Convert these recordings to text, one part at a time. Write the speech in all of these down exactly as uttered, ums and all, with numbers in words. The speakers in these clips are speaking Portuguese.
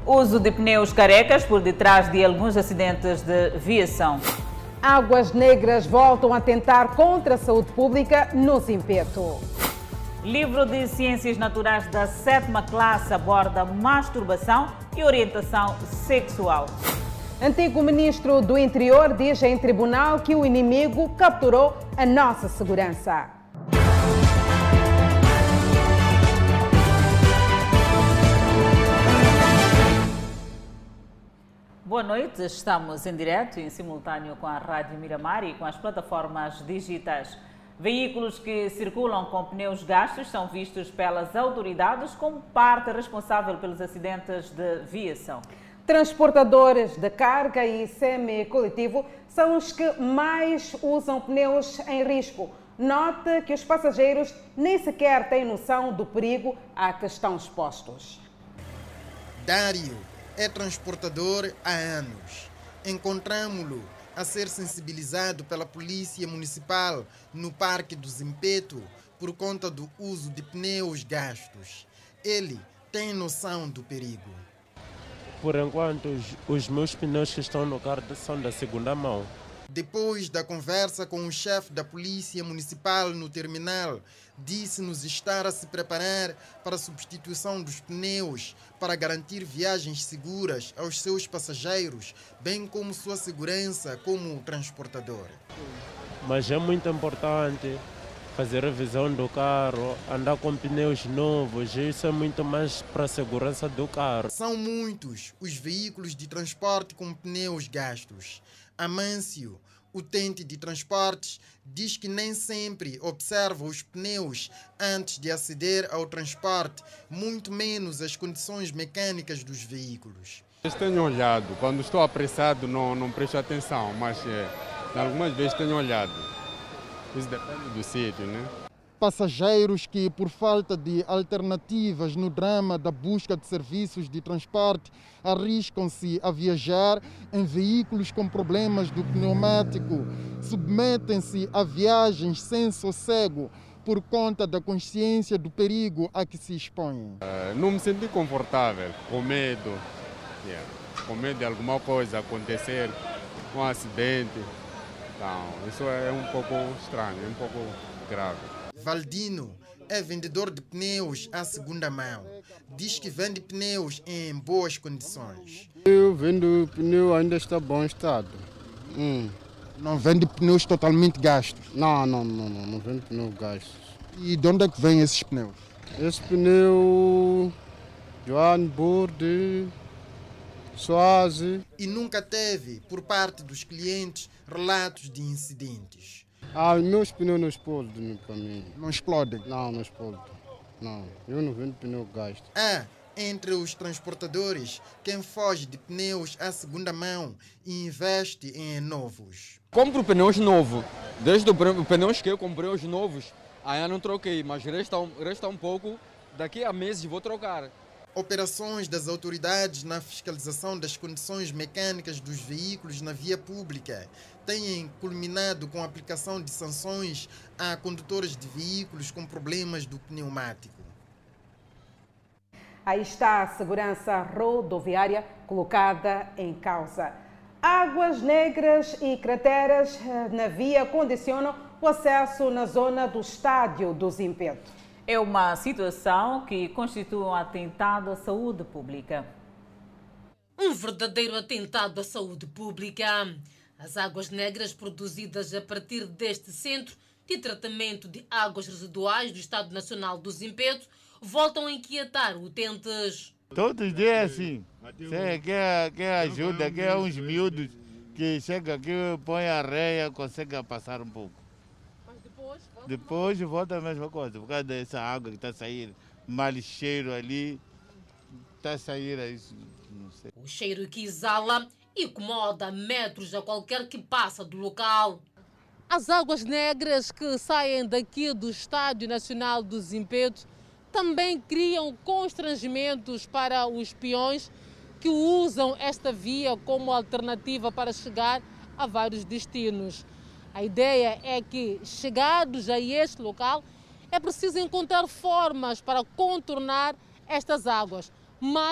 Uso de pneus carecas por detrás de alguns acidentes de viação. Águas Negras voltam a tentar contra a saúde pública no Zimpeto. Livro de Ciências Naturais da sétima classe aborda masturbação e orientação sexual. Antigo ministro do Interior diz em tribunal que o inimigo capturou a nossa segurança. Boa noite, estamos em direto e em simultâneo com a Rádio Miramar e com as plataformas digitais. Veículos que circulam com pneus gastos são vistos pelas autoridades como parte responsável pelos acidentes de viação. Transportadores de carga e semi-coletivo são os que mais usam pneus em risco. Note que os passageiros nem sequer têm noção do perigo a que estão expostos. Dário é transportador há anos. Encontramo-lo a ser sensibilizado pela Polícia Municipal no Parque do Zimpeto por conta do uso de pneus gastos. Ele tem noção do perigo. Por enquanto, os, os meus pneus que estão no carro são da segunda mão. Depois da conversa com o chefe da Polícia Municipal no terminal, disse-nos estar a se preparar para a substituição dos pneus para garantir viagens seguras aos seus passageiros, bem como sua segurança como transportador. Mas é muito importante fazer revisão do carro, andar com pneus novos, isso é muito mais para a segurança do carro. São muitos os veículos de transporte com pneus gastos. Amâncio, utente de transportes, diz que nem sempre observa os pneus antes de aceder ao transporte, muito menos as condições mecânicas dos veículos. Eu tenho olhado, quando estou apressado não, não presto atenção, mas é, algumas vezes tenho olhado. Isso depende do sítio, né? Passageiros que, por falta de alternativas no drama da busca de serviços de transporte, arriscam-se a viajar em veículos com problemas do pneumático, submetem-se a viagens sem sossego por conta da consciência do perigo a que se expõem. Uh, não me senti confortável, com medo, yeah. com medo de alguma coisa acontecer, um acidente. Então, isso é um pouco estranho, é um pouco grave. Valdino é vendedor de pneus à segunda mão. Diz que vende pneus em boas condições. Eu vendo pneu ainda está em bom estado. Hum. Não vende pneus totalmente gastos? Não, não, não, não, não vende pneus gastos. E de onde é que vêm esses pneus? Esse pneu, Johannesburg, Suáze. E nunca teve, por parte dos clientes, relatos de incidentes. Ah, meus pneus não explodem no caminho. Não explodem? Não, não explodem. Não, eu não vendo pneu gasto. Há, entre os transportadores, quem foge de pneus à segunda mão e investe em novos. Compro pneus novos. Desde os pneus que eu comprei, os novos, ainda não troquei, mas resta um, resta um pouco. Daqui a meses vou trocar. Operações das autoridades na fiscalização das condições mecânicas dos veículos na via pública têm culminado com a aplicação de sanções a condutores de veículos com problemas do pneumático. Aí está a segurança rodoviária colocada em causa. Águas negras e crateras na via condicionam o acesso na zona do estádio do Zimpeto. É uma situação que constitui um atentado à saúde pública. Um verdadeiro atentado à saúde pública. As águas negras produzidas a partir deste centro de tratamento de águas residuais do Estado Nacional do Zimpeto voltam a inquietar utentes. Todos os dias é assim. Você quer, quer ajuda, quer uns miúdos que chega aqui, põe areia, consegue passar um pouco. Depois volta a mesma coisa, por causa dessa água que está a sair, mal cheiro ali, está a sair isso, não sei. O cheiro que exala incomoda metros a qualquer que passa do local. As águas negras que saem daqui do Estádio Nacional do Zimpeto também criam constrangimentos para os peões que usam esta via como alternativa para chegar a vários destinos. A ideia é que, chegados a este local, é preciso encontrar formas para contornar estas águas, mas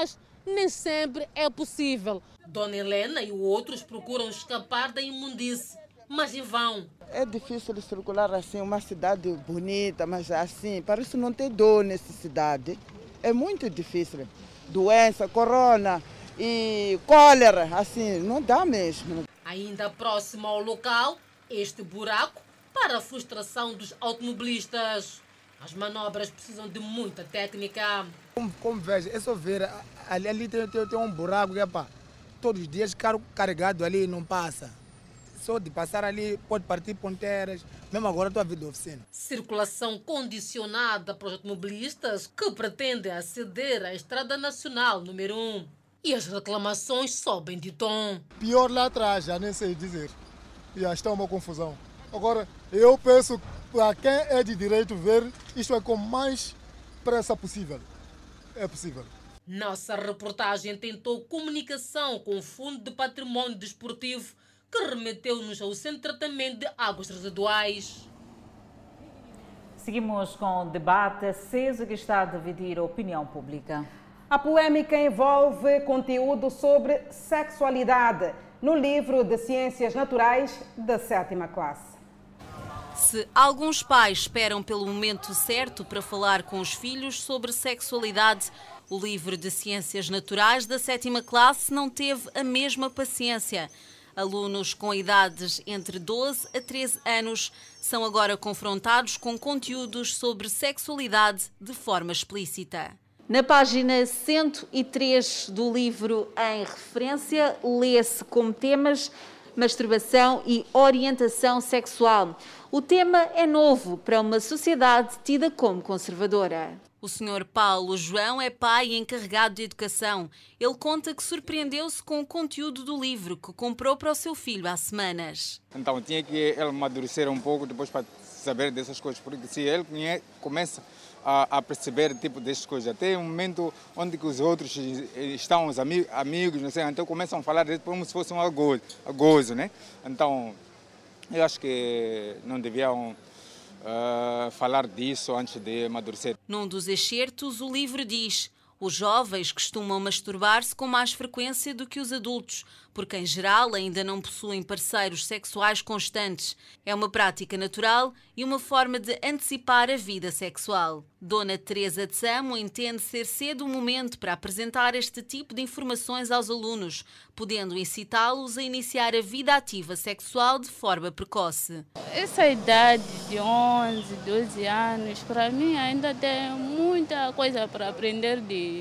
nem sempre é possível. Dona Helena e outros procuram escapar da imundície, mas em vão. É difícil circular assim, uma cidade bonita, mas assim, parece não ter dor nessa cidade. É muito difícil. Doença, corona e cólera, assim, não dá mesmo. Ainda próximo ao local, este buraco para a frustração dos automobilistas. As manobras precisam de muita técnica. Como, como vejo, é só ver, ali, ali tem, tem, tem um buraco que é pá, todos os dias carro carregado ali não passa. Só de passar ali pode partir ponteiras, mesmo agora estou a vir da oficina. Circulação condicionada para os automobilistas que pretendem aceder à Estrada Nacional número um. E as reclamações sobem de tom. Pior lá atrás, já nem sei dizer. Já está uma confusão. Agora, eu peço para quem é de direito ver isto é com mais pressa possível. É possível. Nossa reportagem tentou comunicação com o Fundo de Património Desportivo, que remeteu-nos ao Centro de Tratamento de Águas Residuais. Seguimos com o debate aceso que está a dividir a opinião pública. A polêmica envolve conteúdo sobre sexualidade no livro de Ciências Naturais da sétima classe. Se alguns pais esperam pelo momento certo para falar com os filhos sobre sexualidade, o livro de Ciências Naturais da sétima classe não teve a mesma paciência. Alunos com idades entre doze a treze anos são agora confrontados com conteúdos sobre sexualidade de forma explícita. Na página cento e três do livro em referência, lê-se como temas masturbação e orientação sexual. O tema é novo para uma sociedade tida como conservadora. O senhor Paulo João é pai e encarregado de educação. Ele conta que surpreendeu-se com o conteúdo do livro que comprou para o seu filho há semanas. Então tinha que ele amadurecer um pouco depois para saber dessas coisas, porque se ele começa a, a perceber tipo dessas coisas, até um momento onde que os outros estão, os amigos, amigos não sei, então começam a falar disso como se fosse um algo, gozo, né? Então eu acho que não deviam uh, falar disso antes de amadurecer. Num dos excertos, o livro diz: os jovens costumam masturbar-se com mais frequência do que os adultos, porque em geral ainda não possuem parceiros sexuais constantes. É uma prática natural e uma forma de antecipar a vida sexual. Dona Teresa de Samo entende ser cedo o momento para apresentar este tipo de informações aos alunos, podendo incitá-los a iniciar a vida ativa sexual de forma precoce. Essa idade de onze, doze anos, para mim ainda tem muita coisa para aprender de,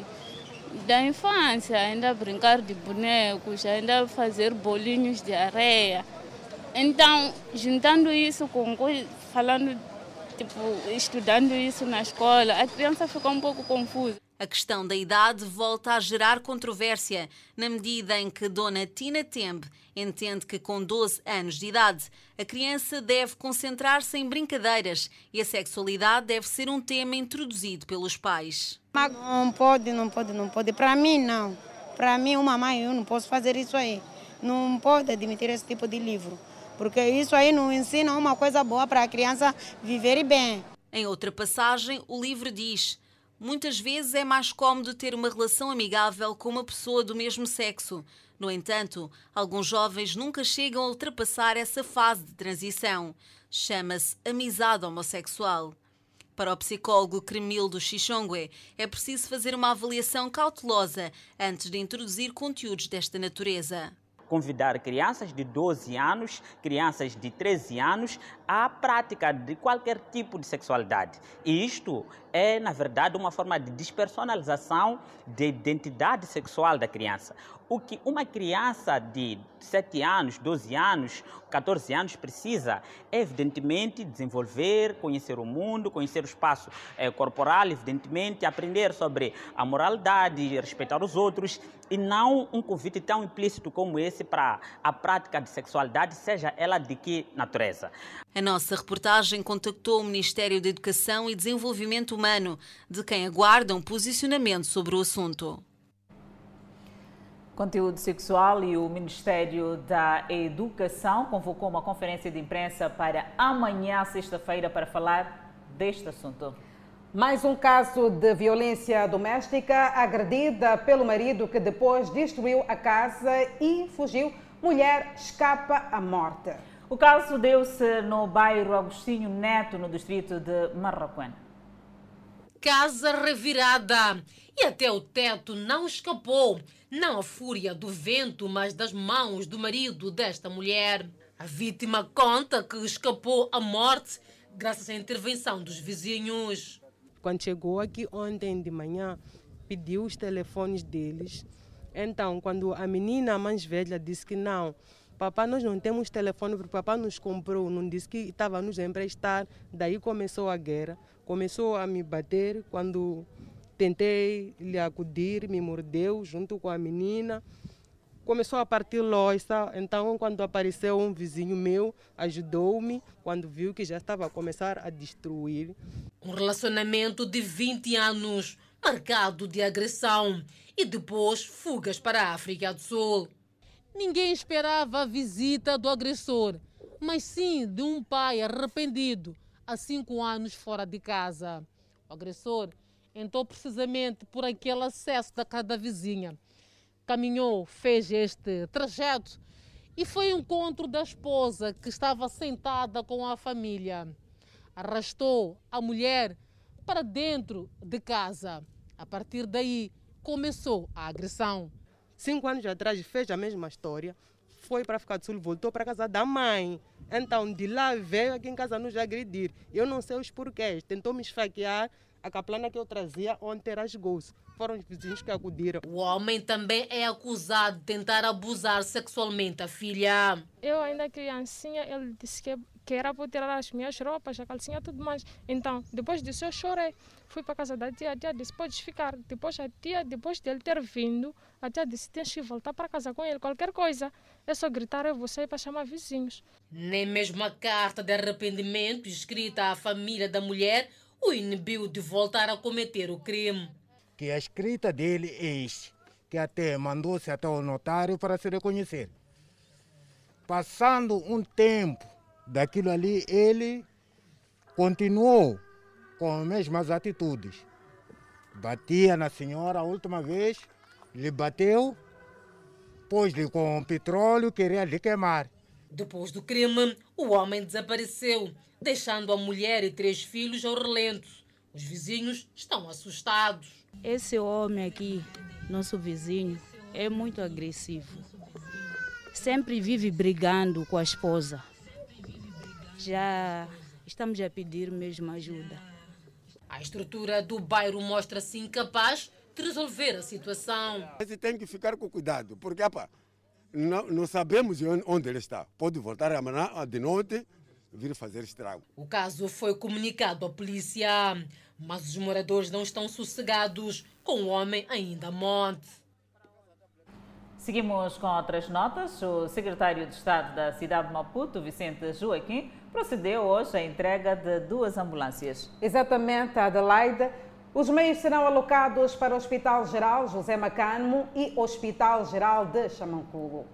da infância, ainda brincar de bonecos, ainda fazer bolinhos de areia. Então, juntando isso com falando, tipo, estudando isso na escola, a criança fica um pouco confusa. A questão da idade volta a gerar controvérsia, na medida em que Dona Tina Tembe entende que com doze anos de idade a criança deve concentrar-se em brincadeiras e a sexualidade deve ser um tema introduzido pelos pais. Não pode, não pode, não pode. Para mim, não. Para mim, uma mãe, eu não posso fazer isso aí. Não pode admitir esse tipo de livro, porque isso aí não ensina uma coisa boa para a criança viver bem. Em outra passagem, o livro diz: muitas vezes é mais cômodo ter uma relação amigável com uma pessoa do mesmo sexo. No entanto, alguns jovens nunca chegam a ultrapassar essa fase de transição. Chama-se amizade homossexual. Para o psicólogo Cremildo Xixongue, é preciso fazer uma avaliação cautelosa antes de introduzir conteúdos desta natureza. Convidar crianças de doze anos, crianças de treze anos à prática de qualquer tipo de sexualidade. E isto é, na verdade, uma forma de despersonalização da identidade sexual da criança. O que uma criança de sete anos, doze anos, catorze anos precisa é, evidentemente, desenvolver, conhecer o mundo, conhecer o espaço eh, corporal, evidentemente, aprender sobre a moralidade, respeitar os outros, e não um convite tão implícito como esse para a prática de sexualidade, seja ela de que natureza. A nossa reportagem contactou o Ministério da Educação e Desenvolvimento Humano, de quem aguarda um posicionamento sobre o assunto. Conteúdo sexual e o Ministério da Educação convocou uma conferência de imprensa para amanhã, sexta-feira, para falar deste assunto. Mais um caso de violência doméstica, agredida pelo marido que depois destruiu a casa e fugiu. Mulher escapa à morte. O caso deu-se no bairro Agostinho Neto, no distrito de Marroquém. Casa revirada e até o teto não escapou, não a fúria do vento, mas das mãos do marido desta mulher. A vítima conta que escapou à morte graças à intervenção dos vizinhos. Quando chegou aqui ontem de manhã, pediu os telefones deles. Então, quando a menina mais velha disse que não, papai, nós não temos telefone porque papai nos comprou, não disse que estava a nos emprestar. Daí começou a guerra, começou a me bater. Quando tentei lhe acudir, me mordeu junto com a menina. Começou a partir louça, então quando apareceu um vizinho meu, ajudou-me, quando viu que já estava a começar a destruir. Um relacionamento de vinte anos, marcado de agressão e depois fugas para a África do Sul. Ninguém esperava a visita do agressor, mas sim de um pai arrependido há cinco anos fora de casa. O agressor entrou precisamente por aquele acesso da casa da vizinha. Caminhou, fez este trajeto e foi ao encontro da esposa que estava sentada com a família. Arrastou a mulher para dentro de casa. A partir daí, começou a agressão. Cinco anos atrás fez a mesma história. Foi para África do Sul, voltou para a casa da mãe. Então, de lá veio aqui em casa nos agredir. Eu não sei os porquês. Tentou me esfaquear. A caplana que eu trazia ontem rasgou-se. Foram os vizinhos que acudiram. O homem também é acusado de tentar abusar sexualmente a filha. Eu ainda criancinha, ele disse que, que era para tirar as minhas roupas, a calcinha e tudo mais. Então, depois disso eu chorei. Fui para a casa da tia, a tia disse, podes ficar. Depois a tia, depois dele ter vindo, a tia disse, tens que voltar para casa com ele, qualquer coisa. É só gritar, eu vou sair para chamar vizinhos. Nem mesmo a carta de arrependimento escrita à família da mulher o inibiu de voltar a cometer o crime. Que a escrita dele é este, que até mandou-se até o notário para se reconhecer. Passando um tempo daquilo ali, ele continuou com as mesmas atitudes. Batia na senhora a última vez, lhe bateu, pôs-lhe com petróleo, queria lhe queimar. Depois do crime, o homem desapareceu, deixando a mulher e três filhos ao relento. Os vizinhos estão assustados. Esse homem aqui, nosso vizinho, é muito agressivo. Sempre vive brigando com a esposa. Já estamos a pedir mesmo ajuda. A estrutura do bairro mostra-se incapaz de resolver a situação. Você tem que ficar com cuidado, porque opa, não, não sabemos onde ele está. Pode voltar amanhã de noite vir fazer estrago. O caso foi comunicado à polícia, mas os moradores não estão sossegados com o homem ainda a monte. Seguimos com outras notas. O secretário de Estado da cidade de Maputo, Vicente Joaquim, procedeu hoje à entrega de duas ambulâncias. Exatamente, Adelaide. Os meios serão alocados para o Hospital Geral José Macamo e Hospital Geral de Xamanculo.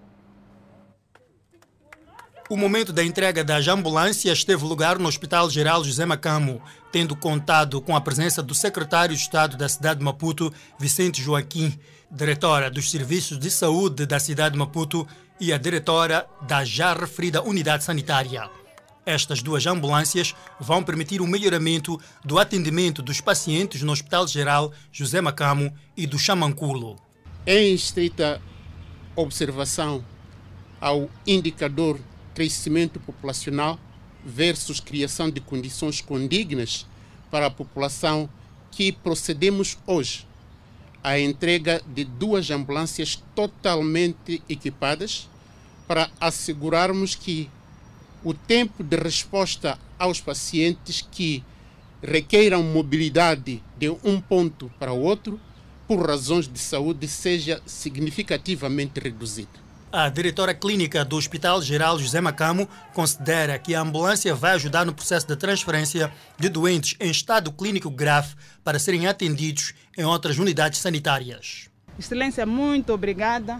O momento da entrega das ambulâncias teve lugar no Hospital Geral José Macamo, tendo contado com a presença do secretário de Estado da cidade de Maputo, Vicente Joaquim, diretora dos Serviços de Saúde da cidade de Maputo e a diretora da já referida unidade sanitária. Estas duas ambulâncias vão permitir o melhoramento do atendimento dos pacientes no Hospital Geral José Macamo e do Xamanculo. Em estrita observação ao indicador crescimento populacional versus criação de condições condignas para a população, que procedemos hoje à entrega de duas ambulâncias totalmente equipadas para assegurarmos que o tempo de resposta aos pacientes que requeiram mobilidade de um ponto para o outro por razões de saúde seja significativamente reduzido. A diretora clínica do Hospital Geral José Macamo considera que a ambulância vai ajudar no processo de transferência de doentes em estado clínico grave para serem atendidos em outras unidades sanitárias. Excelência, muito obrigada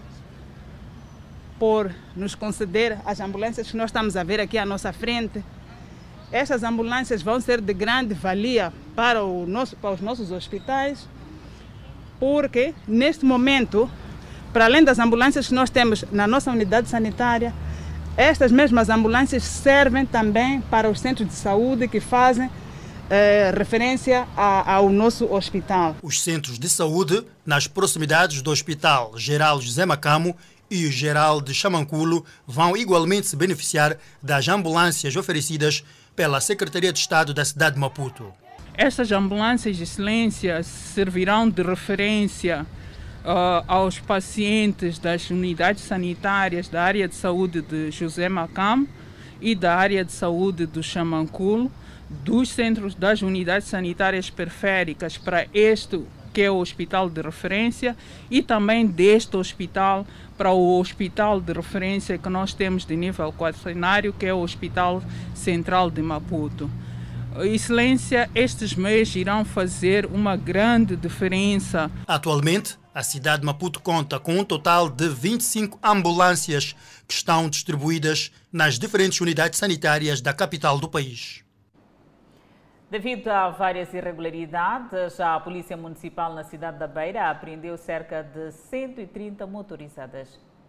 por nos conceder as ambulâncias que nós estamos a ver aqui à nossa frente. Estas ambulâncias vão ser de grande valia para, o nosso, para os nossos hospitais, porque neste momento, para além das ambulâncias que nós temos na nossa unidade sanitária, estas mesmas ambulâncias servem também para os centros de saúde que fazem eh, referência a, ao nosso hospital. Os centros de saúde nas proximidades do Hospital Geral José Macamo e o Geral de Xamanculo vão igualmente se beneficiar das ambulâncias oferecidas pela Secretaria de Estado da cidade de Maputo. Estas ambulâncias de excelência servirão de referência uh, aos pacientes das unidades sanitárias da área de saúde de José Macamo e da área de saúde do Xamanculo, dos centros das unidades sanitárias periféricas para este que é o hospital de referência e também deste hospital para o hospital de referência que nós temos de nível quaternário, que é o Hospital Central de Maputo. Excelência, estes meios irão fazer uma grande diferença. Atualmente, a cidade de Maputo conta com um total de vinte e cinco ambulâncias que estão distribuídas nas diferentes unidades sanitárias da capital do país. Devido a várias irregularidades, a Polícia Municipal na cidade da Beira apreendeu cerca de cento e trinta motorizadas.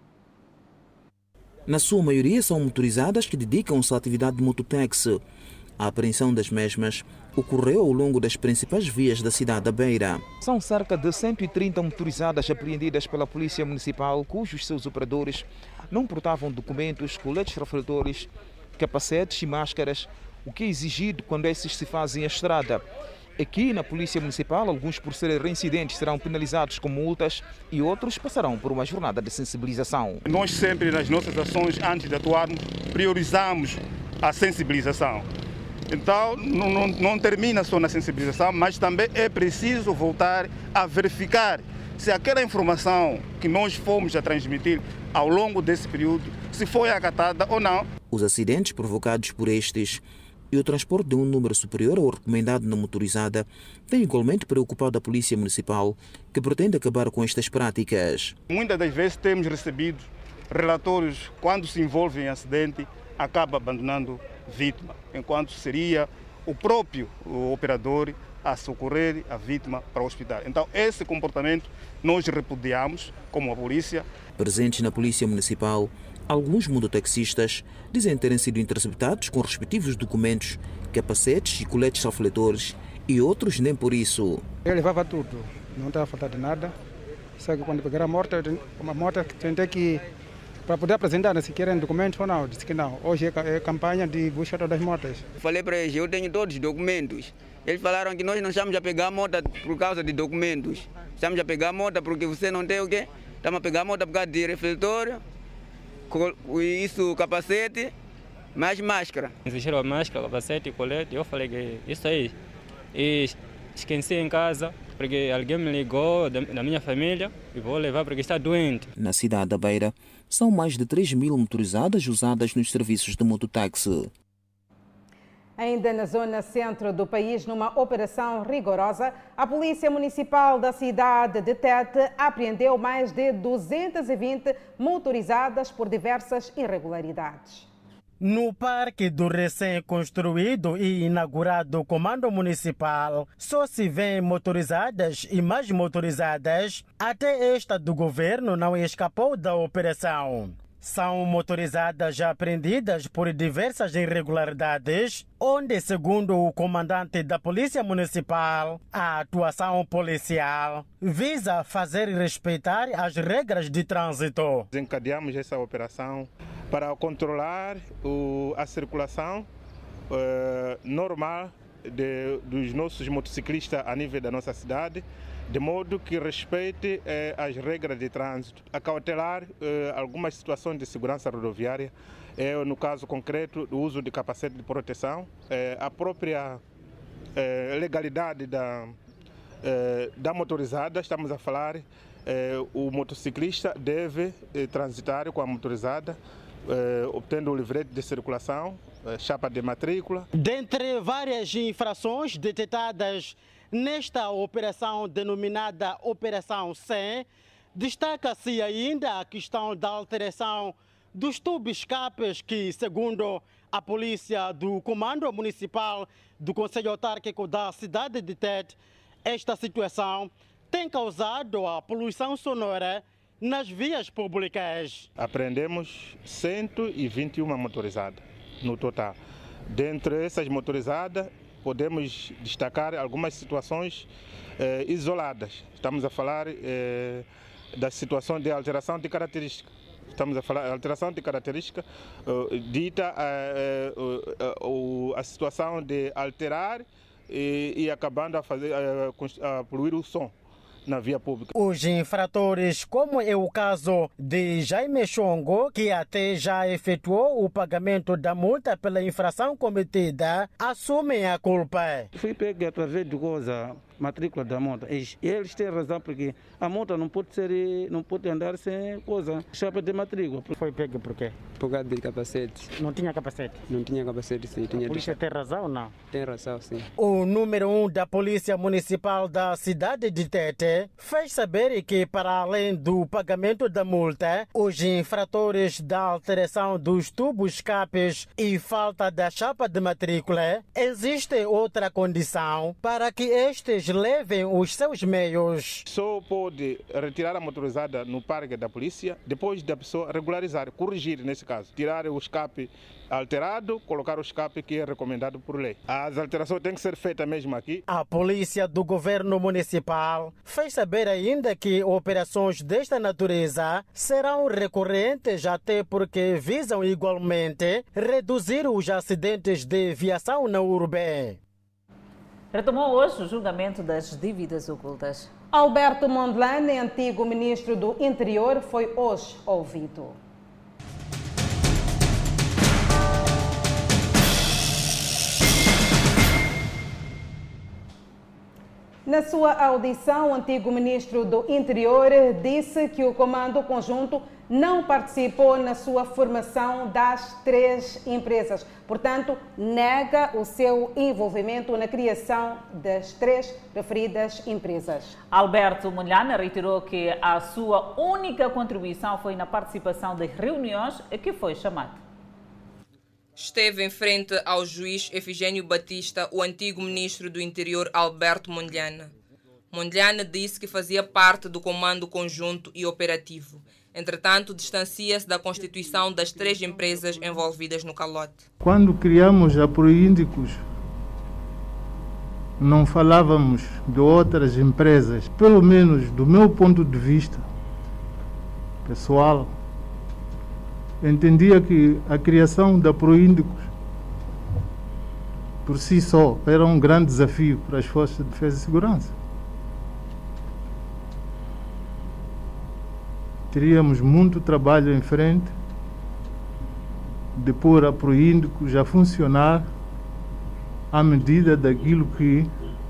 Na sua maioria são motorizadas que dedicam-se à atividade de mototáxi. A apreensão das mesmas ocorreu ao longo das principais vias da cidade da Beira. São cerca de cento e trinta motorizadas apreendidas pela Polícia Municipal, cujos seus operadores não portavam documentos, coletes refletores, capacetes e máscaras, o que é exigido quando esses se fazem a estrada. Aqui na Polícia Municipal, alguns por serem reincidentes serão penalizados com multas e outros passarão por uma jornada de sensibilização. Nós sempre nas nossas ações, antes de atuarmos, priorizamos a sensibilização. Então, não, não, não termina só na sensibilização, mas também é preciso voltar a verificar se aquela informação que nós fomos a transmitir ao longo desse período, se foi acatada ou não. Os acidentes provocados por estes e o transporte de um número superior ao recomendado na motorizada tem igualmente preocupado a Polícia Municipal, que pretende acabar com estas práticas. Muitas das vezes temos recebido relatórios quando se envolve em acidente, acaba abandonando vítima, enquanto seria o próprio o operador a socorrer a vítima para o hospital. Então, esse comportamento nós repudiamos como a polícia. Presentes na Polícia Municipal, alguns mototaxistas dizem terem sido interceptados com respectivos documentos, capacetes e coletes refletores, e outros nem por isso. Eu levava tudo, não estava a faltar de nada. Só que quando pegaram a moto, uma moto que tentei que, para poder apresentar se querem documentos ou não, disse que não. Hoje é campanha de busca das motas. Falei para eles, eu tenho todos os documentos. Eles falaram que nós não estamos a pegar a moto por causa de documentos. Estamos a pegar a moto porque você não tem o quê? Estamos a pegar a moto por causa de refletor, isso, capacete, mais máscara. Exigiram a máscara, capacete e colete. Eu falei que isso aí. E esqueci em casa, porque alguém me ligou da, da minha família e vou levar porque está doente. Na cidade da Beira, são mais de três mil motorizadas usadas nos serviços de mototáxi. Ainda na zona centro do país, numa operação rigorosa, a Polícia Municipal da cidade de Tete apreendeu mais de duzentas e vinte motorizadas por diversas irregularidades. No parque do recém-construído e inaugurado Comando Municipal, só se vêem motorizadas e mais motorizadas. Até esta do governo não escapou da operação. São motorizadas já apreendidas por diversas irregularidades, onde, segundo o comandante da Polícia Municipal, a atuação policial visa fazer respeitar as regras de trânsito. Desencadeamos essa operação para controlar o, a circulação uh, normal de, dos nossos motociclistas a nível da nossa cidade, de modo que respeite eh, as regras de trânsito, acautelar eh, algumas situações de segurança rodoviária, eh, no caso concreto, o uso de capacete de proteção, eh, a própria eh, legalidade da, eh, da motorizada. Estamos a falar, eh, o motociclista deve eh, transitar com a motorizada, eh, obtendo o livrete de circulação, eh, chapa de matrícula. Dentre várias infrações detectadas nesta operação denominada Operação cem, destaca-se ainda a questão da alteração dos tubos escapes que, segundo a polícia do Comando Municipal do Conselho Autárquico da cidade de Tete, esta situação tem causado a poluição sonora nas vias públicas. Apreendemos cento e vinte e uma motorizadas no total. Dentre essas motorizadas, podemos destacar algumas situações eh, isoladas. Estamos a falar eh, da situação de alteração de característica. Estamos a falar de alteração de característica, uh, dita uh, uh, uh, uh, a situação de alterar e, e acabando a, fazer, uh, a poluir o som na via pública. Os infratores, como é o caso de Jaime Chongo, que até já efetuou o pagamento da multa pela infração cometida, assumem a culpa. Fui pego através de coisa, matrícula da moto. E eles têm razão, porque a moto não pode ser, não pode andar sem coisa, chapa de matrícula. Foi pego por quê? Por causa de capacete. Não tinha capacete? Não tinha capacete, sim. Tinha a polícia tem razão ou não? Tem razão, sim. O número um da Polícia Municipal da cidade de Tete fez saber que, para além do pagamento da multa, os infratores da alteração dos tubos escapes e falta da chapa de matrícula, existe outra condição para que estes levem os seus meios. Só pode retirar a motorizada no parque da polícia depois da pessoa regularizar, corrigir nesse caso, tirar o escape alterado, colocar o escape que é recomendado por lei. As alterações têm que ser feitas mesmo aqui. A polícia do governo municipal fez saber ainda que operações desta natureza serão recorrentes, até porque visam igualmente reduzir os acidentes de viação na urbe. Retomou hoje o julgamento das dívidas ocultas. Alberto Mondlane, antigo ministro do Interior, foi hoje ouvido. Na sua audição, o antigo ministro do Interior disse que o Comando Conjunto não participou na sua formação das três empresas. Portanto, nega o seu envolvimento na criação das três referidas empresas. Alberto Mondlane reiterou que a sua única contribuição foi na participação de reuniões a que foi chamado. Esteve em frente ao juiz Efigênio Batista, o antigo ministro do Interior Alberto Mondlane. Mondlane disse que fazia parte do comando conjunto e operativo. Entretanto, distancia-se da constituição das três empresas envolvidas no calote. Quando criamos a Proíndicos, não falávamos de outras empresas, pelo menos do meu ponto de vista pessoal. Entendia que a criação da Proíndicos, por si só, era um grande desafio para as Forças de Defesa e Segurança. Teríamos muito trabalho em frente de pôr a Proíndicos a funcionar à medida daquilo que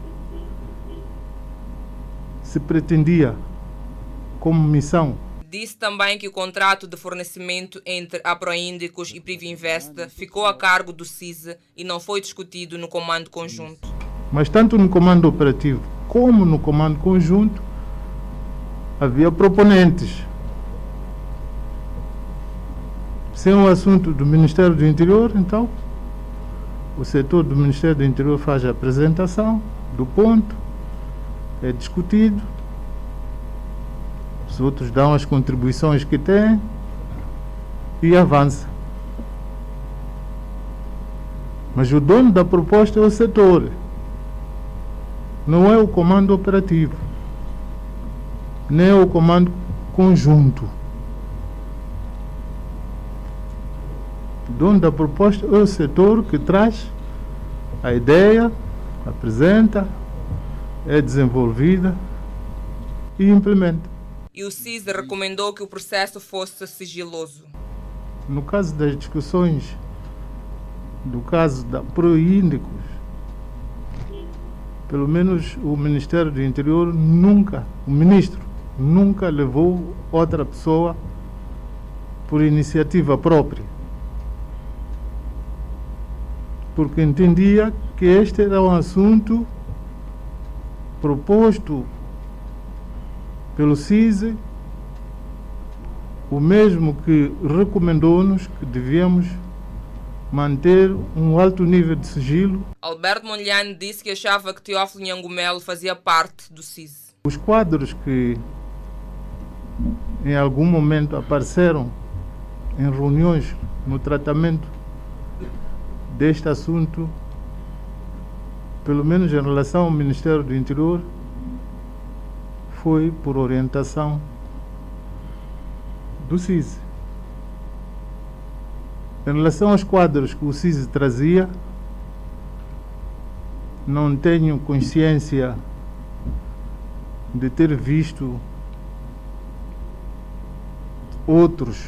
se pretendia como missão. Disse também que o contrato de fornecimento entre a Proíndicos e Privinvest ficou a cargo do C I S E e não foi discutido no Comando Conjunto. Mas tanto no Comando Operativo como no Comando Conjunto havia proponentes. Se é um assunto do Ministério do Interior, então o setor do Ministério do Interior faz a apresentação do ponto, é discutido. Os outros dão as contribuições que têm e avança. Mas o dono da proposta é o setor, não é o comando operativo, nem é o comando conjunto. O dono da proposta é o setor que traz a ideia, apresenta, é desenvolvida e implementa. E o C I S E recomendou que o processo fosse sigiloso. No caso das discussões do caso da Proíndicos, pelo menos o Ministério do Interior nunca, o ministro, nunca levou outra pessoa por iniciativa própria. Porque entendia que este era um assunto proposto pelo C I S E, o mesmo que recomendou-nos que devíamos manter um alto nível de sigilo. Alberto Mondlane disse que achava que Teófilo Nhangumelo fazia parte do C I S. Os quadros que em algum momento apareceram em reuniões no tratamento deste assunto, pelo menos em relação ao Ministério do Interior, foi por orientação do C I S. Em relação aos quadros que o C I S trazia, não tenho consciência de ter visto outros.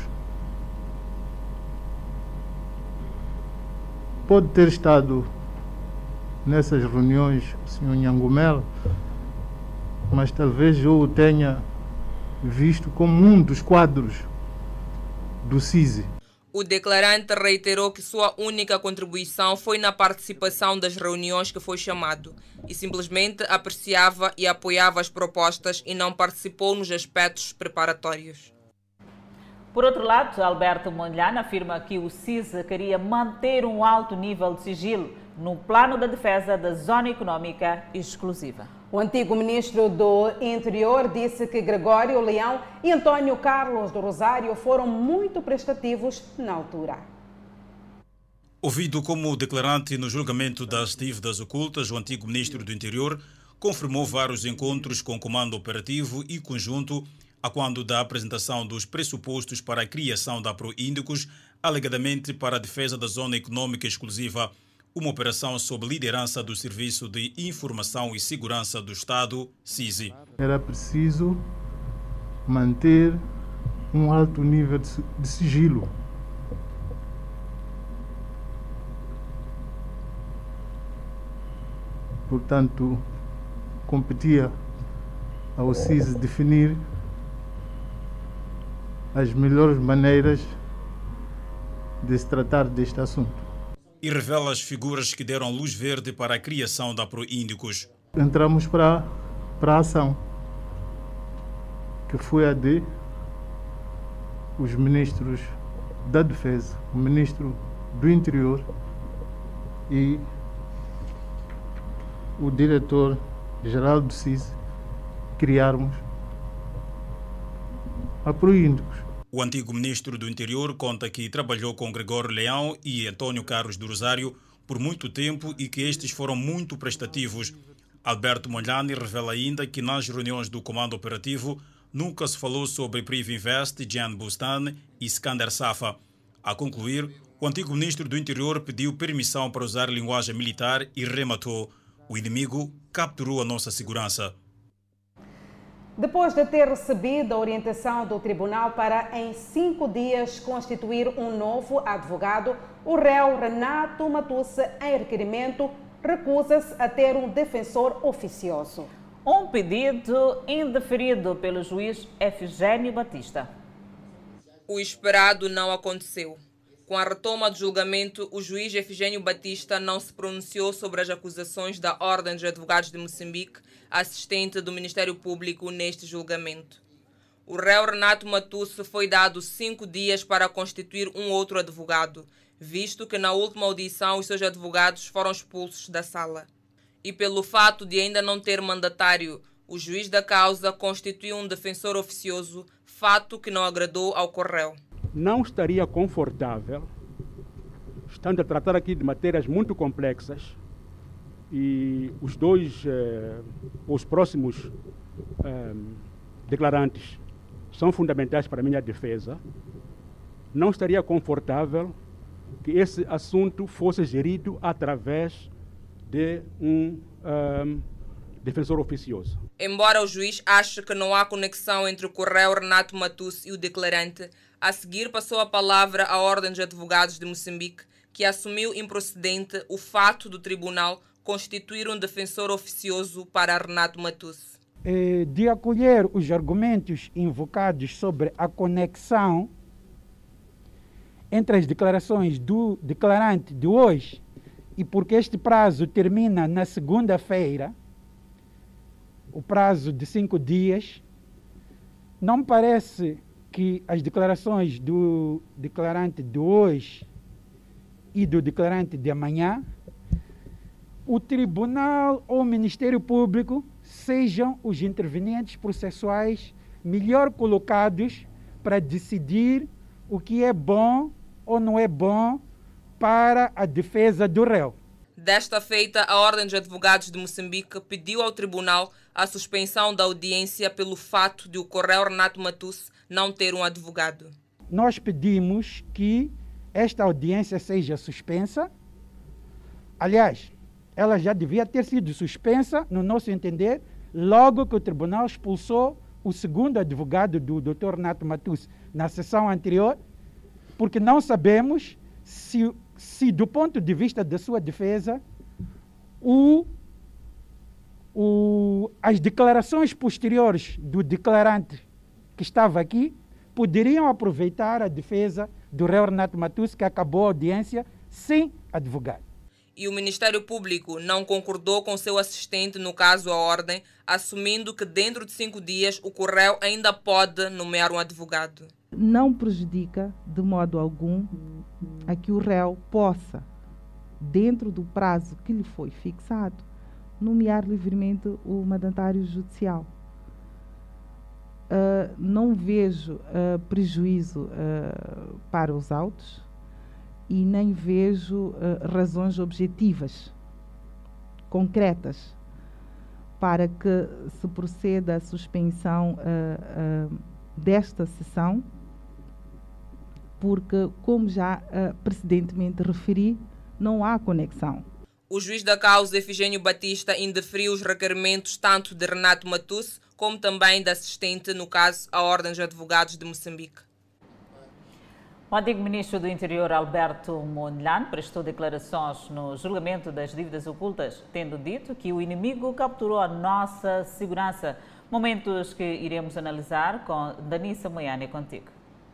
Pode ter estado nessas reuniões o senhor Nhangumelo, mas talvez eu o tenha visto como um dos quadros do C I S. O declarante reiterou que sua única contribuição foi na participação das reuniões que foi chamado e simplesmente apreciava e apoiava as propostas e não participou nos aspectos preparatórios. Por outro lado, Alberto Mondlane afirma que o C I S queria manter um alto nível de sigilo no plano da defesa da zona econômica exclusiva. O antigo ministro do Interior disse que Gregório Leão e Antônio Carlos do Rosário foram muito prestativos na altura. Ouvido como declarante no julgamento das dívidas ocultas, o antigo ministro do Interior confirmou vários encontros com o comando operativo e conjunto a quando da apresentação dos pressupostos para a criação da Proíndicos, alegadamente para a defesa da zona econômica exclusiva, uma operação sob liderança do Serviço de Informação e Segurança do Estado, S I S I. Era preciso manter um alto nível de sigilo. Portanto, competia ao S I S I definir as melhores maneiras de se tratar deste assunto. E revela as figuras que deram luz verde para a criação da Proíndicos. Entramos para, para a ação, que foi a de os ministros da Defesa, o ministro do Interior e o diretor-geral do S I S criarmos a Proíndicos. O antigo ministro do Interior conta que trabalhou com Gregório Leão e Antônio Carlos do Rosário por muito tempo e que estes foram muito prestativos. Alberto Mondlane revela ainda que nas reuniões do comando operativo nunca se falou sobre Privinvest, Jean Bustan e Skander Safa. A concluir, o antigo ministro do Interior pediu permissão para usar linguagem militar e rematou: o inimigo capturou a nossa segurança. Depois de ter recebido a orientação do tribunal para, em cinco dias, constituir um novo advogado, o réu Renato Matusse, em requerimento, recusa-se a ter um defensor oficioso. Um pedido indeferido pelo juiz Efigênio Batista. O esperado não aconteceu. Com a retoma do julgamento, o juiz Efigênio Batista não se pronunciou sobre as acusações da Ordem dos Advogados de Moçambique, assistente do Ministério Público neste julgamento. O réu Renato Matusse foi dado cinco dias para constituir um outro advogado, visto que na última audição os seus advogados foram expulsos da sala. E pelo fato de ainda não ter mandatário, o juiz da causa constituiu um defensor oficioso, fato que não agradou ao corréu. Não estaria confortável, estando a tratar aqui de matérias muito complexas, e os dois, eh, os próximos eh, declarantes são fundamentais para a minha defesa, não estaria confortável que esse assunto fosse gerido através de um um defensor oficioso. Embora o juiz ache que não há conexão entre o corréu Renato Matusse e o declarante, a seguir passou a palavra à Ordem dos Advogados de Moçambique, que assumiu improcedente o fato do tribunal constituir um defensor oficioso para Renato Matusse. De acolher os argumentos invocados sobre a conexão entre as declarações do declarante de hoje e porque este prazo termina na segunda-feira, o prazo de cinco dias, não me parece que as declarações do declarante de hoje e do declarante de amanhã, o tribunal ou o Ministério Público sejam os intervenientes processuais melhor colocados para decidir o que é bom ou não é bom para a defesa do réu. Desta feita, a Ordem dos Advogados de Moçambique pediu ao tribunal a suspensão da audiência pelo fato de o Coronel Renato Matusse não ter um advogado. Nós pedimos que esta audiência seja suspensa. Aliás, ela já devia ter sido suspensa, no nosso entender, logo que o tribunal expulsou o segundo advogado do doutor Renato Matusse na sessão anterior, porque não sabemos se, se do ponto de vista da sua defesa, o, o, as declarações posteriores do declarante que estava aqui poderiam aproveitar a defesa do réu Renato Matusse, que acabou a audiência sem advogado. E o Ministério Público não concordou com seu assistente no caso à ordem, assumindo que dentro de cinco dias o Correio ainda pode nomear um advogado. Não prejudica de modo algum a que o réu possa, dentro do prazo que lhe foi fixado, nomear livremente o mandatário judicial. Uh, não vejo uh, prejuízo uh, para os autos e nem vejo uh, razões objetivas, concretas, para que se proceda à suspensão uh, uh, desta sessão, porque, como já uh, precedentemente referi, não há conexão. O juiz da causa, Efigênio Batista, indeferiu os requerimentos tanto de Renato Matusse como também da assistente, no caso, a Ordem dos Advogados de Moçambique. O antigo ministro do Interior, Alberto Mondlane, prestou declarações no julgamento das dívidas ocultas, tendo dito que o inimigo capturou a nossa segurança. Momentos que iremos analisar com Danissa Moiane, contigo.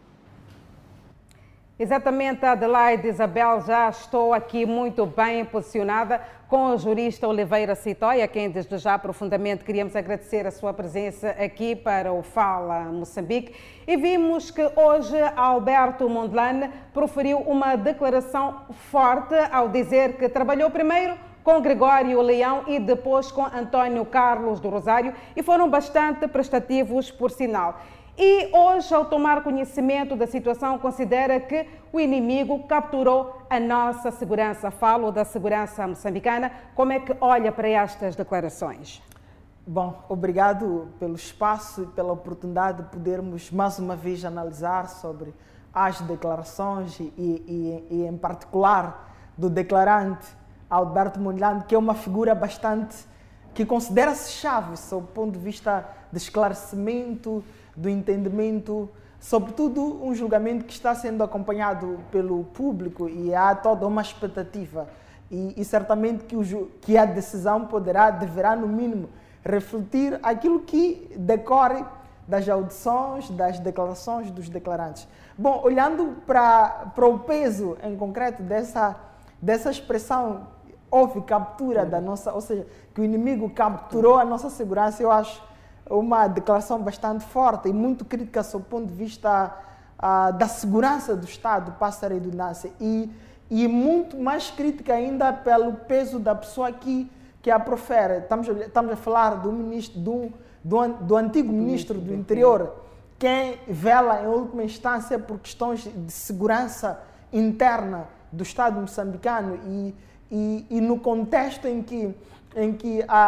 Exatamente, Adelaide Isabel, já estou aqui muito bem posicionada com o jurista Oliveira Citóia, a quem desde já profundamente queríamos agradecer a sua presença aqui para o Fala Moçambique. E vimos que hoje Alberto Mondlane proferiu uma declaração forte ao dizer que trabalhou primeiro com Gregório Leão e depois com António Carlos do Rosário e foram bastante prestativos, por sinal. E hoje, ao tomar conhecimento da situação, considera que o inimigo capturou a nossa segurança. Falo da segurança moçambicana. Como é que olha para estas declarações? Bom, obrigado pelo espaço e pela oportunidade de podermos mais uma vez analisar sobre as declarações e, e, e em particular, do declarante Alberto Mondlane, que é uma figura bastante, que considera-se chave, sob o ponto de vista de esclarecimento, do entendimento, sobretudo um julgamento que está sendo acompanhado pelo público e há toda uma expectativa e, e certamente que, o, que a decisão poderá, deverá no mínimo, refletir aquilo que decorre das audições, das declarações dos declarantes. Bom, olhando para, para o peso em concreto dessa, dessa expressão, houve captura da nossa, ou seja, que o inimigo capturou a nossa segurança, eu acho uma declaração bastante forte e muito crítica sob o ponto de vista uh, da segurança do Estado, passa a redundância, e, e muito mais crítica ainda pelo peso da pessoa que, que a profere. Estamos, estamos a falar do, ministro, do, do, do antigo ministro do Interior, quem vela em última instância por questões de segurança interna do Estado moçambicano e, e, e no contexto em que em que a,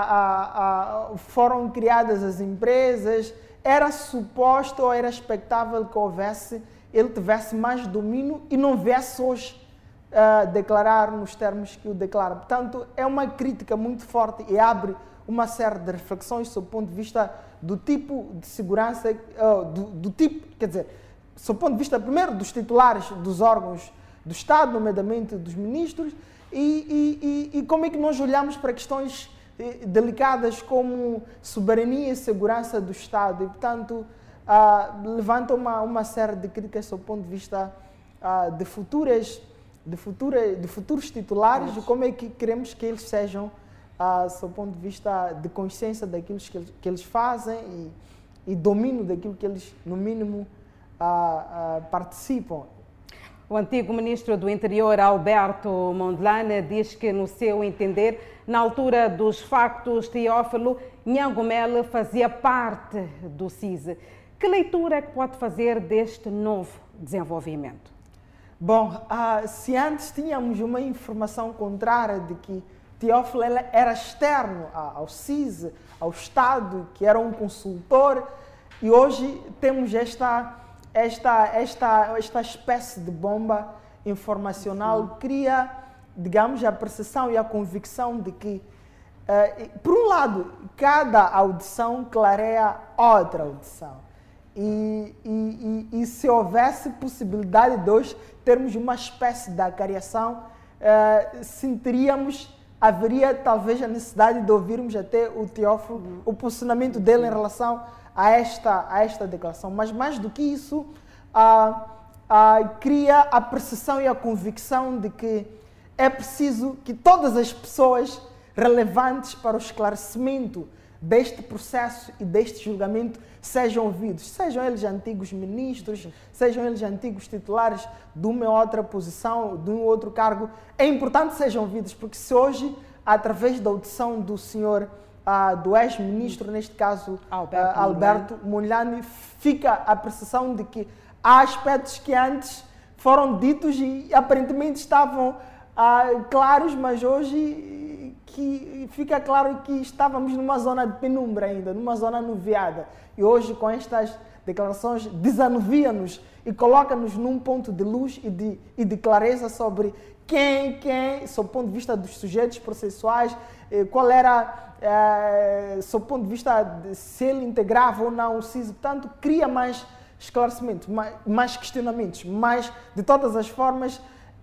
a, a, foram criadas as empresas, era suposto ou era expectável que houvesse, ele tivesse mais domínio e não viesse hoje uh, declarar nos termos que o declara. Portanto, é uma crítica muito forte e abre uma série de reflexões sob o ponto de vista do tipo de segurança, uh, do, do tipo, quer dizer, sob o ponto de vista primeiro dos titulares dos órgãos do Estado, nomeadamente dos ministros, E, e, e, e como é que nós olhamos para questões eh, delicadas como soberania e segurança do Estado e, portanto, ah, levanta uma, uma série de críticas do ponto de vista ah, de, futuras, de, futura, de futuros titulares e como é que queremos que eles sejam, ah, do ponto de vista de consciência daquilo que eles, que eles fazem e, e domínio daquilo que eles, no mínimo, uh, uh, participam. O antigo ministro do Interior, Alberto Mondlane, diz que, no seu entender, na altura dos factos, Teófilo Nhangomele fazia parte do C I S. Que leitura é que pode fazer deste novo desenvolvimento? Bom, uh, se antes tínhamos uma informação contrária de que Teófilo era externo ao C I S, ao Estado, que era um consultor, e hoje temos esta... Esta, esta, esta espécie de bomba informacional cria, digamos, a percepção e a convicção de que, uh, por um lado, cada audição clareia outra audição. E, e, e, e se houvesse possibilidade de hoje termos uma espécie de acariação, uh, sentiríamos, haveria talvez a necessidade de ouvirmos até o Teófilo, uhum. o posicionamento dele em relação a esta, a esta declaração. Mas mais do que isso, ah, ah, cria a percepção e a convicção de que é preciso que todas as pessoas relevantes para o esclarecimento deste processo e deste julgamento sejam ouvidos, sejam eles antigos ministros, sejam eles antigos titulares de uma ou outra posição, de um outro cargo. É importante que sejam ouvidos, porque se hoje, através da audição do senhor Uh, do ex-ministro, neste caso Alberto, uh, Alberto Mondlane, fica a percepção de que há aspectos que antes foram ditos e aparentemente estavam uh, claros, mas hoje que fica claro que estávamos numa zona de penumbra ainda, numa zona anuviada. E hoje, com estas declarações, desanuvia-nos e coloca-nos num ponto de luz e de, e de clareza sobre quem, quem, sob o ponto de vista dos sujeitos processuais, eh, qual era, eh, sob o ponto de vista de se ele integrava ou não o C I S. Portanto, cria mais esclarecimentos, mais, mais questionamentos, mas, de todas as formas,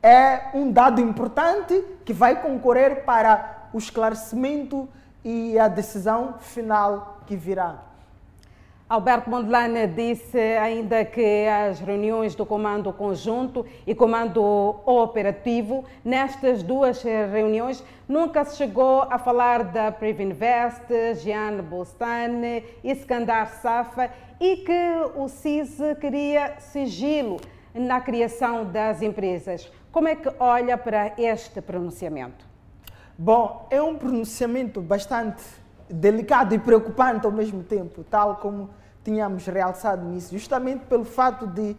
é um dado importante que vai concorrer para o esclarecimento e a decisão final que virá. Alberto Mondlane disse ainda que as reuniões do Comando Conjunto e Comando Operativo, nestas duas reuniões, nunca se chegou a falar da Privinvest, Jean Bostane e Skandar Safa, e que o C I S queria sigilo na criação das empresas. Como é que olha para este pronunciamento? Bom, é um pronunciamento bastante delicado e preocupante ao mesmo tempo, tal como tínhamos realçado nisso, justamente pelo fato de uh,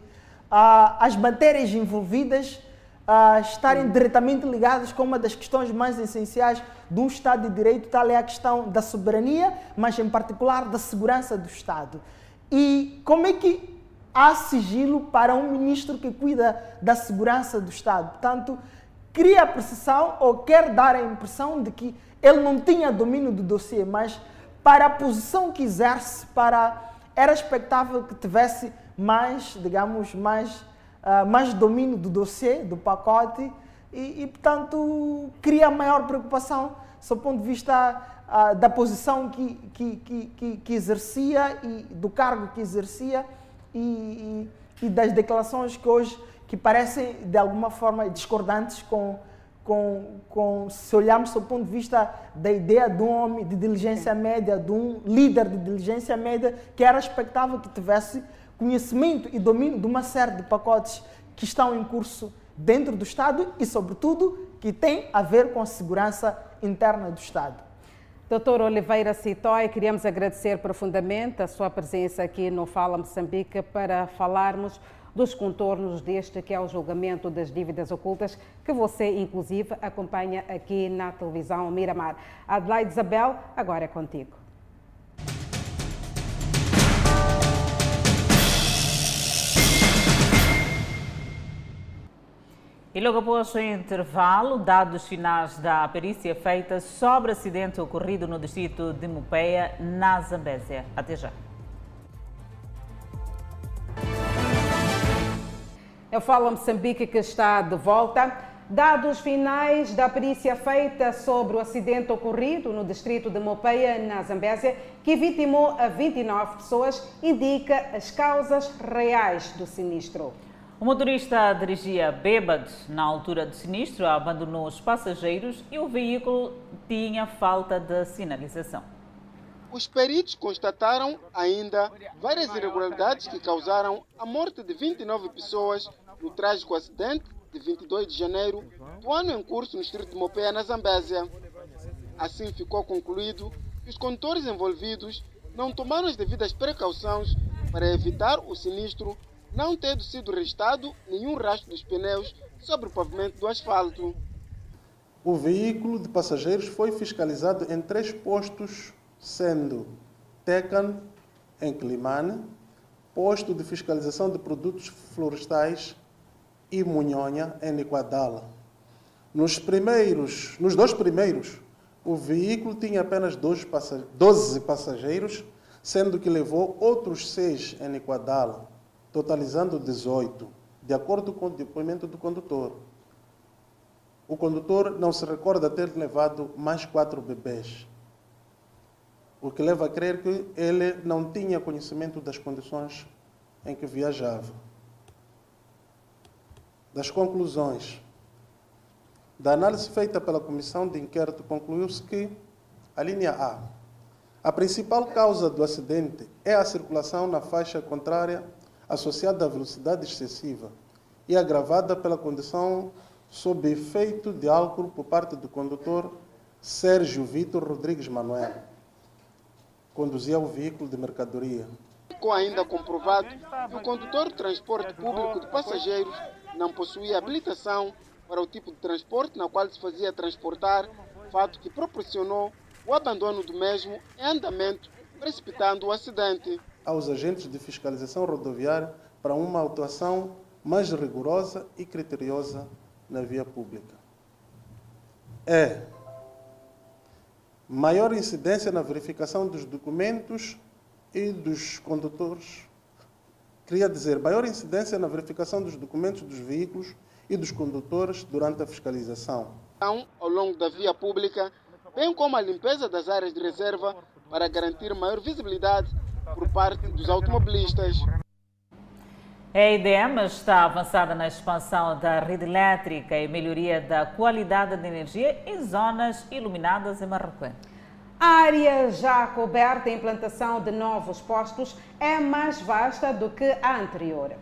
as matérias envolvidas uh, estarem diretamente ligadas com uma das questões mais essenciais de um Estado de Direito, tal é a questão da soberania, mas em particular da segurança do Estado. E como é que há sigilo para um ministro que cuida da segurança do Estado? Portanto, cria a percepção ou quer dar a impressão de que ele não tinha domínio do dossiê, mas para a posição que exerce, para, era expectável que tivesse mais, digamos, mais, uh, mais domínio do dossiê, do pacote, e, e portanto, cria maior preocupação sob o ponto de vista uh, da posição que, que, que, que, que exercia e do cargo que exercia e, e, e das declarações que hoje que parecem, de alguma forma, discordantes com, com, com, se olharmos sob o ponto de vista da ideia de um homem de diligência média, de um líder de diligência média, que era expectável que tivesse conhecimento e domínio de uma série de pacotes que estão em curso dentro do Estado e, sobretudo, que tem a ver com a segurança interna do Estado. doutor Oliveira Citói, queríamos agradecer profundamente a sua presença aqui no Fala Moçambique para falarmos dos contornos deste que é o julgamento das dívidas ocultas, que você, inclusive, acompanha aqui na televisão Miramar. Adelaide Isabel, agora é contigo. E logo após o intervalo, dados finais da perícia feita sobre o acidente ocorrido no distrito de Mupeia, na Zambésia. Até já. Eu falo Moçambique que está de volta. Dados finais da perícia feita sobre o acidente ocorrido no distrito de Mupeia, na Zambésia, que vitimou a vinte e nove pessoas, indica as causas reais do sinistro. O motorista dirigia bêbado na altura do sinistro, abandonou os passageiros e o veículo tinha falta de sinalização. Os peritos constataram ainda várias irregularidades que causaram a morte de vinte e nove pessoas no trágico acidente de vinte e dois de janeiro do ano em curso no distrito de Mopeia, na Zambésia. Assim ficou concluído que os condutores envolvidos não tomaram as devidas precauções para evitar o sinistro, não tendo sido registrado nenhum rastro dos pneus sobre o pavimento do asfalto. O veículo de passageiros foi fiscalizado em três postos, sendo Tecan, em Climane, posto de fiscalização de produtos florestais e Munhonha, em Niquadala. Nos, primeiros, nos dois primeiros, o veículo tinha apenas doze passageiros, sendo que levou outros seis em Niquadala, totalizando dezoito, de acordo com o depoimento do condutor. O condutor não se recorda ter levado mais quatro bebês, o que leva a crer que ele não tinha conhecimento das condições em que viajava. Das conclusões da análise feita pela comissão de inquérito, concluiu-se que a linha A, a principal causa do acidente é a circulação na faixa contrária associada à velocidade excessiva e agravada pela condição sob efeito de álcool por parte do condutor Sérgio Vitor Rodrigues Manuel. Conduzia o veículo de mercadoria. Ficou ainda comprovado que o condutor de transporte público de passageiros não possuía habilitação para o tipo de transporte na qual se fazia transportar, fato que proporcionou o abandono do mesmo em andamento, precipitando o acidente. Aos agentes de fiscalização rodoviária para uma atuação mais rigorosa e criteriosa na via pública. É maior incidência na verificação dos documentos e dos condutores. Queria dizer, maior incidência na verificação dos documentos dos veículos e dos condutores durante a fiscalização. Ao longo da via pública, bem como a limpeza das áreas de reserva para garantir maior visibilidade por parte dos automobilistas. A I D M está avançada na expansão da rede elétrica e melhoria da qualidade de energia em zonas iluminadas em Marroquém. A área já coberta em implantação de novos postos é mais vasta do que a anterior.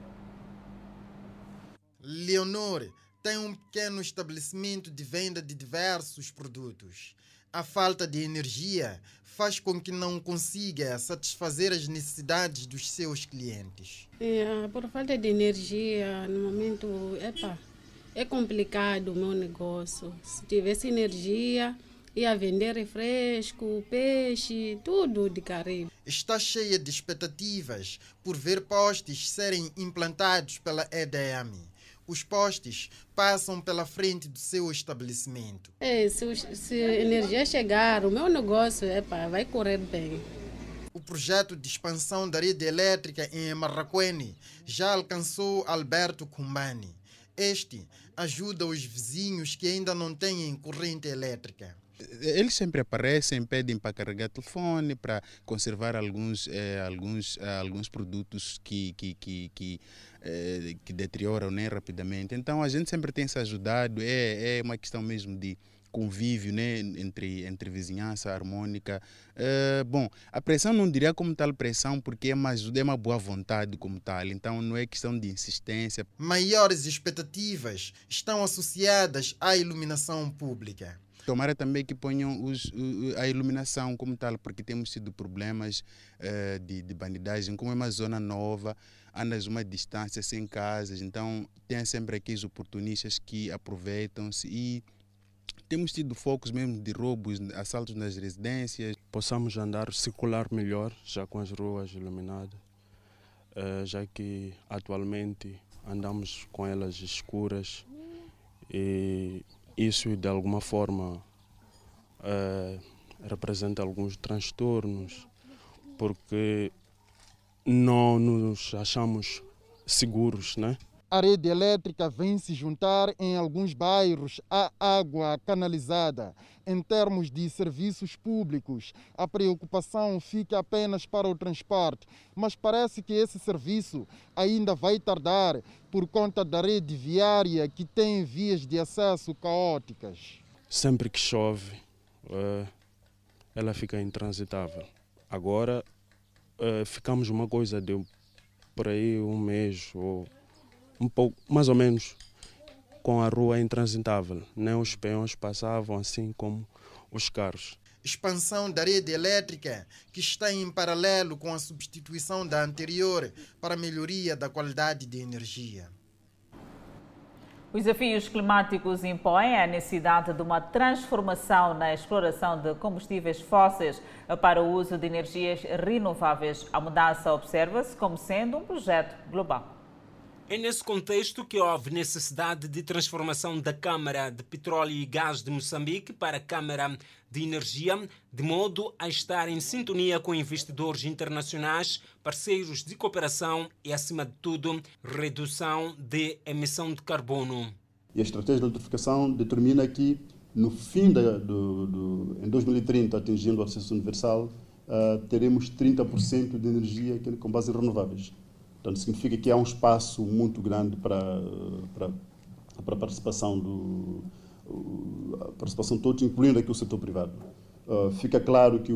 Leonor tem um pequeno estabelecimento de venda de diversos produtos. A falta de energia faz com que não consiga satisfazer as necessidades dos seus clientes. É, por falta de energia, no momento, epa, é complicado o meu negócio. Se tivesse energia, ia vender refresco, peixe, tudo de Caribe. Está cheia de expectativas por ver postes serem implantados pela E D M. Os postes passam pela frente do seu estabelecimento. É, se, se a energia chegar, o meu negócio epa, vai correr bem. O projeto de expansão da rede elétrica em Marraquém já alcançou Alberto Kumbani. Este ajuda os vizinhos que ainda não têm corrente elétrica. Eles sempre aparecem, pedem para carregar telefone, para conservar alguns, eh, alguns, eh, alguns produtos que, que, que, que, eh, que deterioram, né, rapidamente. Então a gente sempre tem se ajudado, é, é uma questão mesmo de convívio, né, entre, entre vizinhança harmônica. Uh, bom, a pressão não diria como tal pressão, porque é uma ajuda, é uma boa vontade como tal, então não é questão de insistência. Maiores expectativas estão associadas à iluminação pública. Tomara também que ponham os, a iluminação como tal, porque temos tido problemas uh, de, de bandidagem. Como é uma zona nova, andas uma distância sem casas, então tem sempre aqui os oportunistas que aproveitam-se e temos tido focos mesmo de roubos, assaltos nas residências. Possamos andar, circular melhor, já com as ruas iluminadas, uh, já que atualmente andamos com elas escuras e isso de alguma forma uh, representa alguns transtornos, porque não nos achamos seguros, né? A rede elétrica vem se juntar em alguns bairros à água canalizada. Em termos de serviços públicos, a preocupação fica apenas para o transporte, mas parece que esse serviço ainda vai tardar por conta da rede viária que tem vias de acesso caóticas. Sempre que chove, ela fica intransitável. Agora uh, ficamos uma coisa de por aí um mês ou um pouco, mais ou menos, com a rua intransitável. Nem os peões passavam assim como os carros. Expansão da rede elétrica, que está em paralelo com a substituição da anterior para a melhoria da qualidade de energia. Os desafios climáticos impõem a necessidade de uma transformação na exploração de combustíveis fósseis para o uso de energias renováveis. A mudança observa-se como sendo um projeto global. É nesse contexto que houve necessidade de transformação da Câmara de Petróleo e Gás de Moçambique para a Câmara de Energia, de modo a estar em sintonia com investidores internacionais, parceiros de cooperação e, acima de tudo, redução de emissão de carbono. E a estratégia de eletrificação determina que, no fim da, do, do, em dois mil e trinta, atingindo o acesso universal, uh, teremos trinta por cento de energia com base em renováveis. Portanto, significa que há um espaço muito grande para, para, para a participação do a participação de todos, incluindo aqui o setor privado. Uh, fica claro que o,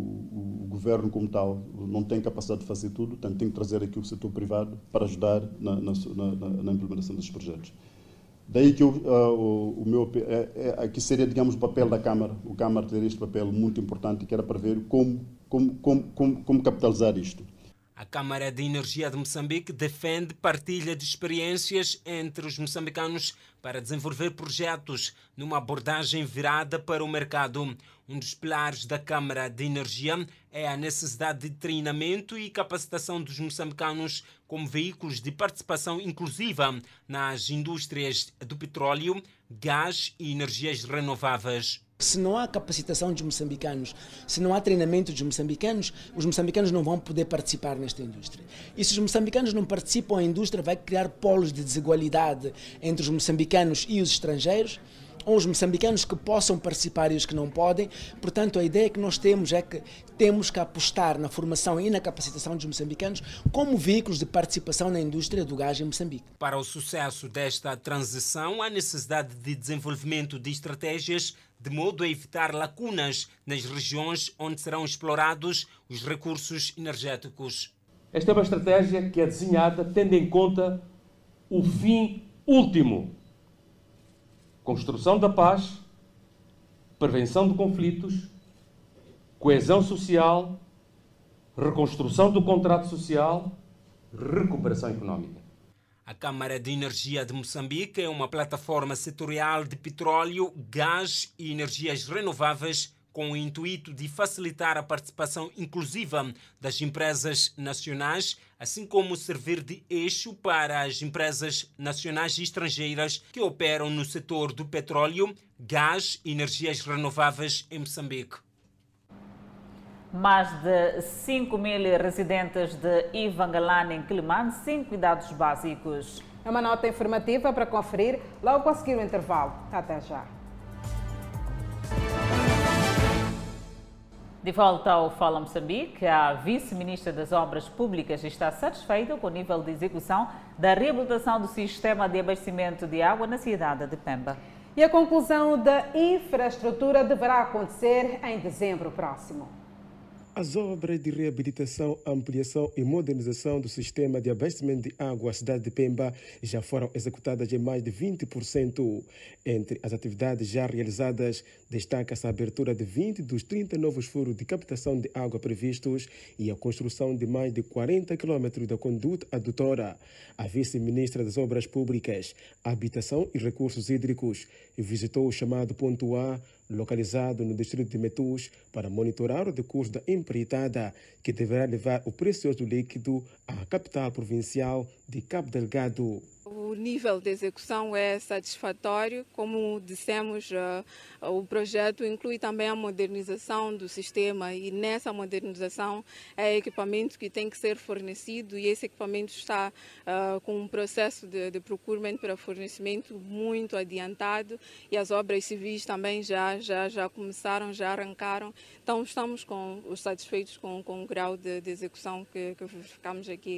o governo, como tal, não tem capacidade de fazer tudo, portanto, tem que trazer aqui o setor privado para ajudar na, na, na, na implementação desses projetos. Daí que eu, uh, o, o meu é, é, aqui seria, digamos, o papel da Câmara. O Câmara teria este papel muito importante, que era para ver como, como, como, como, como capitalizar isto. A Câmara de Energia de Moçambique defende partilha de experiências entre os moçambicanos para desenvolver projetos numa abordagem virada para o mercado. Um dos pilares da Câmara de Energia é a necessidade de treinamento e capacitação dos moçambicanos como veículos de participação inclusiva nas indústrias do petróleo, gás e energias renováveis. Se não há capacitação dos moçambicanos, se não há treinamento dos moçambicanos, os moçambicanos não vão poder participar nesta indústria. E se os moçambicanos não participam, a indústria vai criar polos de desigualdade entre os moçambicanos e os estrangeiros, ou os moçambicanos que possam participar e os que não podem. Portanto, a ideia que nós temos é que temos que apostar na formação e na capacitação dos moçambicanos como veículos de participação na indústria do gás em Moçambique. Para o sucesso desta transição, há necessidade de desenvolvimento de estratégias de modo a evitar lacunas nas regiões onde serão explorados os recursos energéticos. Esta é uma estratégia que é desenhada tendo em conta o fim último: construção da paz, prevenção de conflitos, coesão social, reconstrução do contrato social, recuperação económica. A Câmara de Energia de Moçambique é uma plataforma setorial de petróleo, gás e energias renováveis com o intuito de facilitar a participação inclusiva das empresas nacionais, assim como servir de eixo para as empresas nacionais e estrangeiras que operam no setor do petróleo, gás e energias renováveis em Moçambique. Mais de cinco mil residentes de Ivangalana, em Quelimane, sem cuidados básicos. É uma nota informativa para conferir logo a seguir o intervalo. Até já. De volta ao Fala Moçambique, a vice-ministra das Obras Públicas está satisfeita com o nível de execução da reabilitação do sistema de abastecimento de água na cidade de Pemba. E a conclusão da infraestrutura deverá acontecer em dezembro próximo. As obras de reabilitação, ampliação e modernização do sistema de abastecimento de água à cidade de Pemba já foram executadas em mais de vinte por cento. Entre as atividades já realizadas, destaca-se a abertura de vinte dos trinta novos furos de captação de água previstos e a construção de mais de quarenta quilômetros da conduta adutora. A vice-ministra das Obras Públicas, Habitação e Recursos Hídricos visitou o chamado Ponto A, localizado no distrito de Metus, para monitorar o decurso da empreitada, que deverá levar o precioso líquido à capital provincial de Cabo Delgado. O nível de execução é satisfatório. Como dissemos, uh, o projeto inclui também a modernização do sistema e nessa modernização é equipamento que tem que ser fornecido e esse equipamento está uh, com um processo de, de procurement para fornecimento muito adiantado e as obras civis também já, já, já começaram, já arrancaram. Então estamos com, satisfeitos com, com o grau de, de execução que, que verificamos aqui.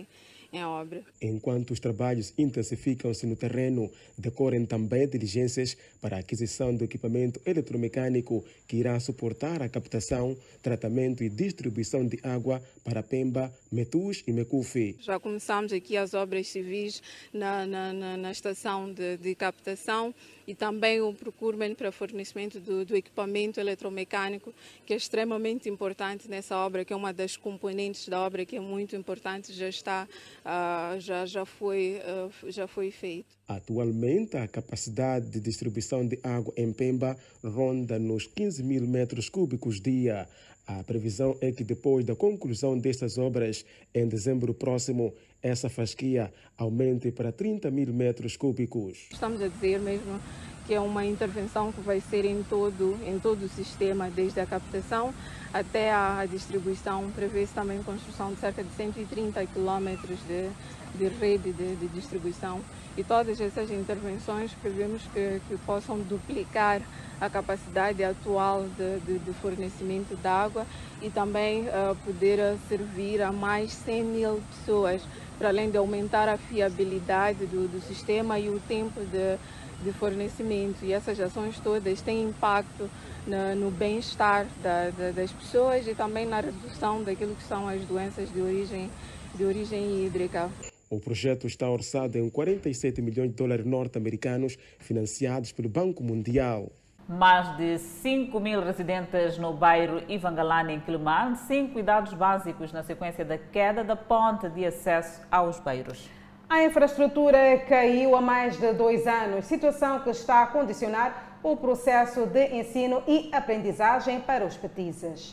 em obra. Enquanto os trabalhos intensificam-se no terreno, decorrem também diligências para a aquisição do equipamento eletromecânico que irá suportar a captação, tratamento e distribuição de água para Pemba, Metus e Mecufe. Já começamos aqui as obras civis na, na, na, na estação de, de captação e também o procurement para fornecimento do, do equipamento eletromecânico, que é extremamente importante nessa obra, que é uma das componentes da obra que é muito importante, já está, uh, já, já, foi, uh, já foi feito. Atualmente, a capacidade de distribuição de água em Pemba ronda nos quinze mil metros cúbicos dia. A previsão é que depois da conclusão destas obras, em dezembro próximo, essa fasquia aumente para trinta mil metros cúbicos. Estamos a dizer mesmo que é uma intervenção que vai ser em todo, em todo o sistema, desde a captação até a distribuição. Prevê-se também a construção de cerca de cento e trinta quilômetros de, de rede de, de distribuição. E todas essas intervenções prevemos que, que possam duplicar a capacidade atual de, de, de fornecimento de água e também uh, poder servir a mais cem mil pessoas, para além de aumentar a fiabilidade do, do sistema e o tempo de, de fornecimento. E essas ações todas têm impacto no, no bem-estar da, da, das pessoas e também na redução daquilo que são as doenças de origem, de origem hídrica. O projeto está orçado em quarenta e sete milhões de dólares norte-americanos, financiados pelo Banco Mundial. Mais de cinco mil residentes no bairro Ivangalani, em Quelimane, sem cuidados básicos na sequência da queda da ponte de acesso aos bairros. A infraestrutura caiu há mais de dois anos, situação que está a condicionar o processo de ensino e aprendizagem para os petizes.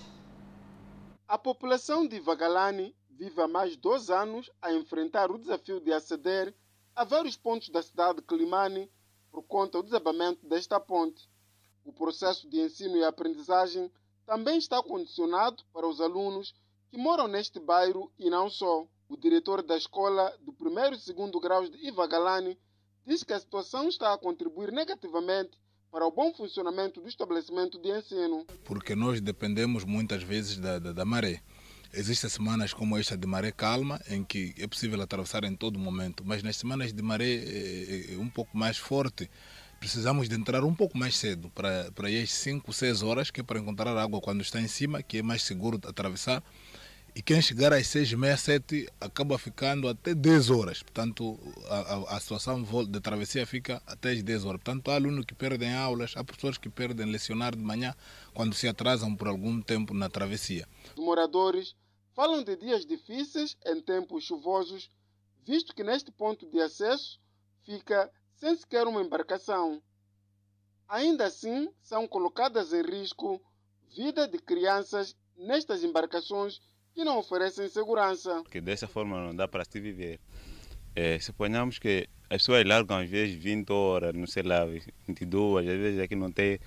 A população de Ivangalani vive há mais de dois anos a enfrentar o desafio de aceder a vários pontos da cidade de Quelimane por conta do desabamento desta ponte. O processo de ensino e aprendizagem também está condicionado para os alunos que moram neste bairro e não só. O diretor da escola do primeiro e segundo graus de Ivangalani diz que a situação está a contribuir negativamente para o bom funcionamento do estabelecimento de ensino. Porque nós dependemos muitas vezes da, da, da maré. Existem semanas como esta de maré calma, em que é possível atravessar em todo momento, mas nas semanas de maré é, é um pouco mais forte, precisamos de entrar um pouco mais cedo, para, para as cinco, seis horas, que é para encontrar água quando está em cima, que é mais seguro de atravessar. E quem chegar às seis e meia, sete, acaba ficando até dez horas. Portanto, a, a, a situação de travessia fica até as dez horas. Portanto, há alunos que perdem aulas, há pessoas que perdem lecionar de manhã quando se atrasam por algum tempo na travessia. Os moradores falam de dias difíceis em tempos chuvosos, visto que neste ponto de acesso fica sem sequer uma embarcação. Ainda assim, são colocadas em risco vida de crianças nestas embarcações que não oferecem segurança. Que dessa forma não dá para se viver. É, suponhamos que as pessoas largam às vezes vinte horas, não sei lá, vinte e duas, às vezes aqui não tem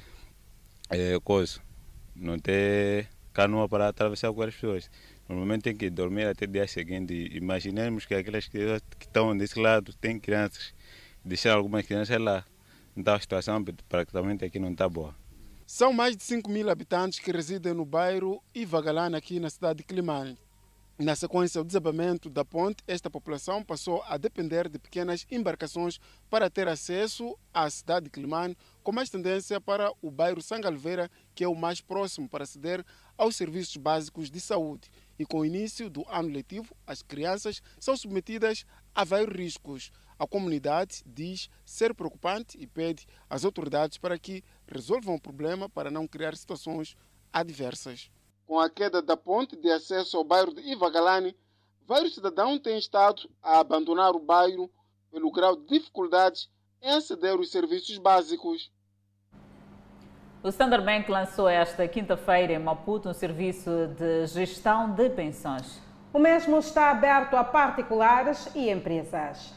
é, coisa, não tem canoa para atravessar com as pessoas. Normalmente tem que dormir até o dia seguinte. Imaginemos que aquelas crianças que estão desse lado têm crianças, deixar algumas crianças lá. Então a situação praticamente aqui não está boa. São mais de cinco mil habitantes que residem no bairro Ivangalani, aqui na cidade de Quelimane. Na sequência do desabamento da ponte, esta população passou a depender de pequenas embarcações para ter acesso à cidade de Quelimane, com mais tendência para o bairro Sangalveira, que é o mais próximo para aceder aos serviços básicos de saúde. E com o início do ano letivo, as crianças são submetidas a vários riscos. A comunidade diz ser preocupante e pede às autoridades para que resolvam o problema para não criar situações adversas. Com a queda da ponte de acesso ao bairro de Ivangalani, vários cidadãos têm estado a abandonar o bairro pelo grau de dificuldades em aceder aos serviços básicos. O Standard Bank lançou esta quinta-feira em Maputo um serviço de gestão de pensões. O mesmo está aberto a particulares e empresas.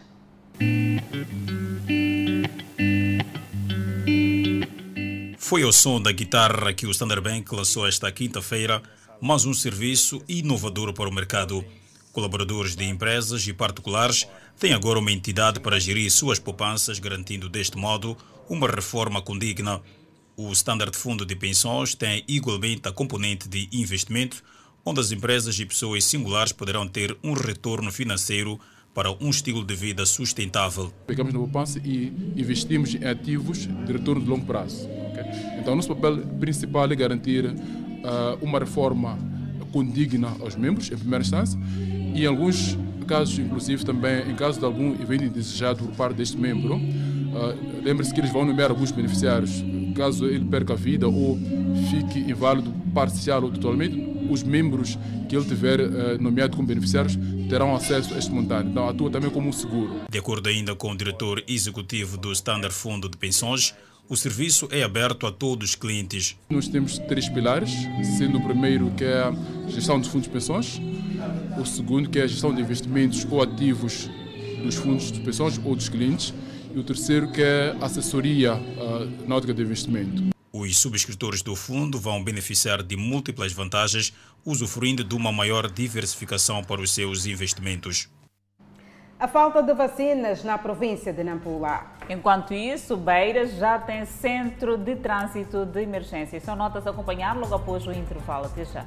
Foi ao som da guitarra que o Standard Bank lançou esta quinta-feira mais um serviço inovador para o mercado. Colaboradores de empresas e particulares têm agora uma entidade para gerir suas poupanças, garantindo deste modo uma reforma condigna. O Standard Fundo de Pensões tem igualmente a componente de investimento, onde as empresas e pessoas singulares poderão ter um retorno financeiro para um estilo de vida sustentável. Pegamos na poupança e investimos em ativos de retorno de longo prazo. Okay? Então, nosso papel principal é garantir uh, uma reforma condigna aos membros, em primeira instância, e em alguns casos, inclusive também em caso de algum evento indesejado por parte deste membro, uh, lembre-se que eles vão nomear alguns beneficiários. Caso ele perca a vida ou fique inválido parcial ou totalmente, os membros que ele tiver uh, nomeado como beneficiários terão acesso a este montante. Então atua também como um seguro. De acordo ainda com o diretor executivo do Standard Fundo de Pensões, o serviço é aberto a todos os clientes. Nós temos três pilares, sendo o primeiro que é a gestão dos fundos de pensões, o segundo que é a gestão de investimentos ou ativos dos fundos de pensões ou dos clientes, e o terceiro que é a assessoria uh, na ótica de investimento. Os subscritores do fundo vão beneficiar de múltiplas vantagens, usufruindo de uma maior diversificação para os seus investimentos. A falta de vacinas na província de Nampula. Enquanto isso, Beira já tem centro de trânsito de emergência. São notas a acompanhar logo após o intervalo. Até já.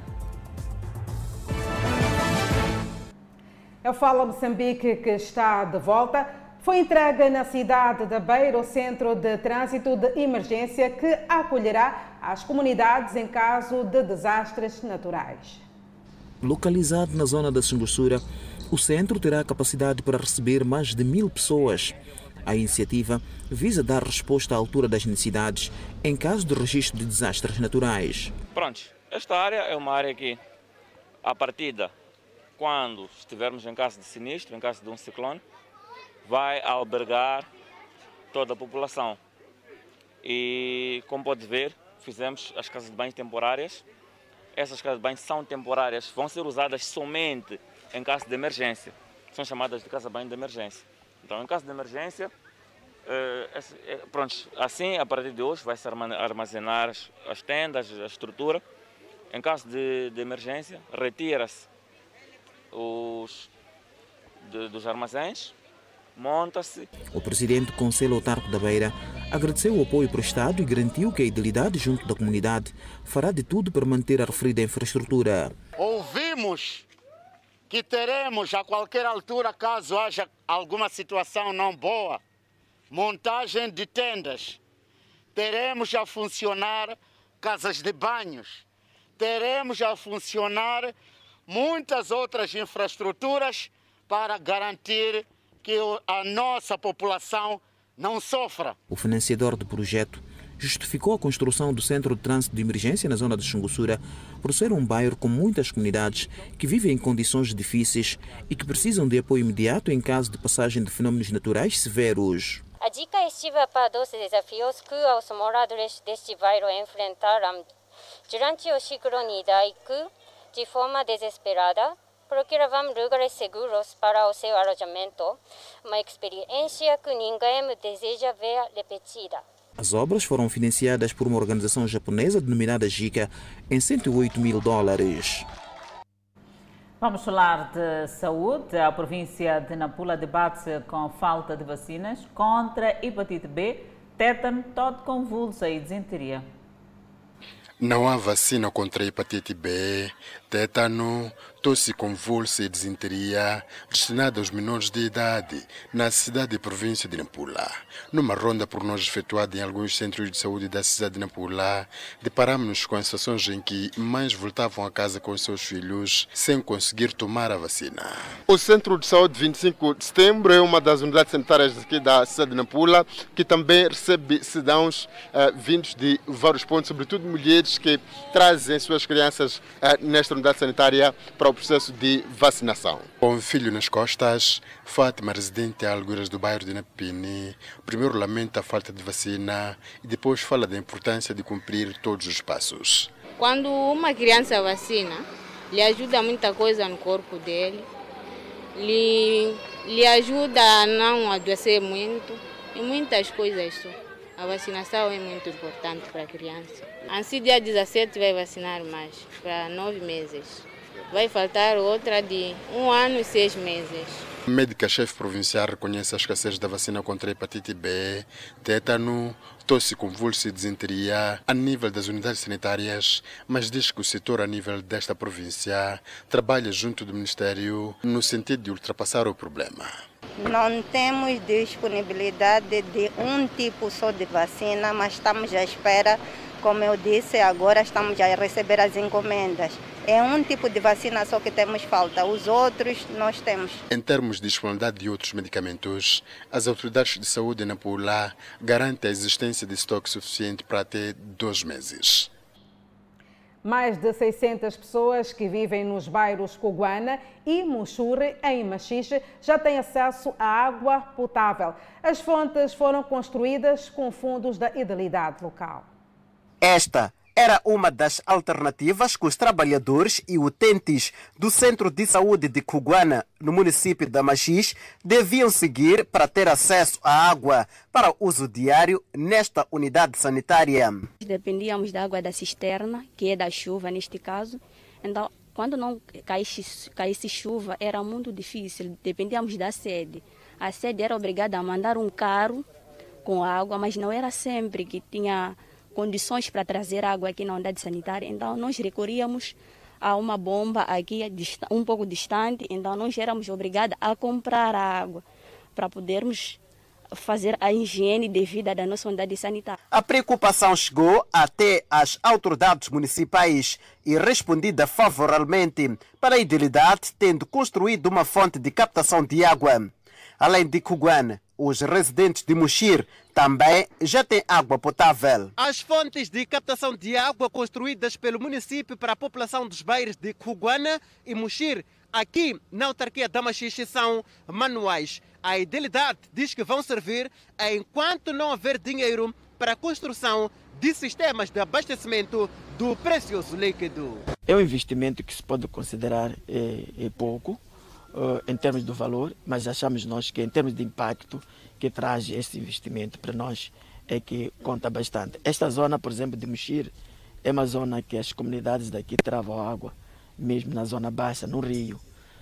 É o Fala Moçambique que está de volta. Foi entregue na cidade da Beira o centro de trânsito de emergência que acolherá as comunidades em caso de desastres naturais. Localizado na zona da Xingussura, o centro terá capacidade para receber mais de mil pessoas. A iniciativa visa dar resposta à altura das necessidades em caso de registro de desastres naturais. Pronto, esta área é uma área que, à partida, quando estivermos em caso de sinistro, em caso de um ciclone, vai albergar toda a população. E, como pode ver, fizemos as casas de banho temporárias. Essas casas de banho são temporárias, vão ser usadas somente em caso de emergência. São chamadas de casa de banho de emergência. Então, em caso de emergência, eh, eh, pronto, assim, a partir de hoje, vai-se armazenar as, as tendas, a estrutura. Em caso de, de emergência, retira-se os de, dos armazéns, monta-se. O presidente do Conselho Autarco da Beira agradeceu o apoio prestado e garantiu que a idilidade junto da comunidade fará de tudo para manter a referida infraestrutura. Ouvimos que teremos a qualquer altura, caso haja alguma situação não boa, montagem de tendas, teremos a funcionar casas de banhos, teremos a funcionar muitas outras infraestruturas para garantir que a nossa população não sofra. O financiador do projeto justificou a construção do centro de trânsito de emergência na zona de Xingussura por ser um bairro com muitas comunidades que vivem em condições difíceis e que precisam de apoio imediato em caso de passagem de fenômenos naturais severos. A dica estiva para os desafios que os moradores deste bairro enfrentaram durante o ciclone Idai que, de forma desesperada, procuravam lugares seguros para o seu alojamento, uma experiência que ninguém deseja ver repetida. As obras foram financiadas por uma organização japonesa denominada JICA em cento e oito mil dólares. Vamos falar de saúde. A província de Nampula debate-se com falta de vacinas contra hepatite B, tétano, tosse convulsa e disenteria. Não há vacina contra a hepatite B, tétano, tosse convulsa e disenteria destinada aos menores de idade na cidade e província de Nampula. Numa ronda por nós efetuada em alguns centros de saúde da cidade de Nampula, deparamos-nos com situações em que mães voltavam a casa com os seus filhos sem conseguir tomar a vacina. O Centro de Saúde vinte e cinco de setembro é uma das unidades sanitárias aqui da cidade de Nampula, que também recebe cidadãos uh, vindos de vários pontos, sobretudo mulheres que trazem suas crianças uh, nesta unidade sanitária para o processo de vacinação. Com um filho nas costas, Fátima, residente a alguras do bairro de Napini, primeiro lamenta a falta de vacina e depois fala da importância de cumprir todos os passos. Quando uma criança vacina, lhe ajuda muita coisa no corpo dele, lhe, lhe ajuda a não adoecer muito e muitas coisas. A vacinação é muito importante para a criança. Assim, dia dezessete vai vacinar mais, para nove meses. vai faltar outra de um ano e seis meses. A médica-chefe provincial reconhece a escassez da vacina contra a hepatite B, tétano, tosse convulsa e disenteria a nível das unidades sanitárias, mas diz que o setor a nível desta província trabalha junto do Ministério no sentido de ultrapassar o problema. Não temos disponibilidade de um tipo só de vacina, mas estamos à espera, como eu disse, agora estamos a receber as encomendas. É um tipo de vacina só que temos falta, os outros nós temos. Em termos de disponibilidade de outros medicamentos, as autoridades de saúde em Nampula garantem a existência de estoque suficiente para até dois meses. Mais de seiscentas pessoas que vivem nos bairros Cuguana e Muxure, em Machixe, já têm acesso à água potável. As fontes foram construídas com fundos da idilidade local. Esta era uma das alternativas que os trabalhadores e utentes do Centro de Saúde de Cuguana, no município da Machixe, deviam seguir para ter acesso à água para uso diário nesta unidade sanitária. Dependíamos da água da cisterna, que é da chuva neste caso. Então, quando não caísse, caísse chuva, era muito difícil. Dependíamos da sede. A sede era obrigada a mandar um carro com água, mas não era sempre que tinha condições para trazer água aqui na unidade sanitária. Então, nós recorríamos a uma bomba aqui um pouco distante. Então, nós éramos obrigados a comprar água para podermos fazer a higiene devida da nossa unidade sanitária. A preocupação chegou até as autoridades municipais e respondida favoravelmente para a idilidade, tendo construído uma fonte de captação de água. Além de Cuguana, os residentes de Muxir também já têm água potável. As fontes de captação de água construídas pelo município para a população dos bairros de Cuguana e Muxir, aqui na autarquia da Machixe, são manuais. A idilidade diz que vão servir enquanto não houver dinheiro para a construção de sistemas de abastecimento do precioso líquido. É um investimento que se pode considerar é, é pouco, Uh, em termos do valor, mas achamos nós que em termos de impacto que traz este investimento para nós é que conta bastante. Esta zona, por exemplo, de Muxir, é uma zona que as comunidades daqui travam água, mesmo na zona baixa, no rio.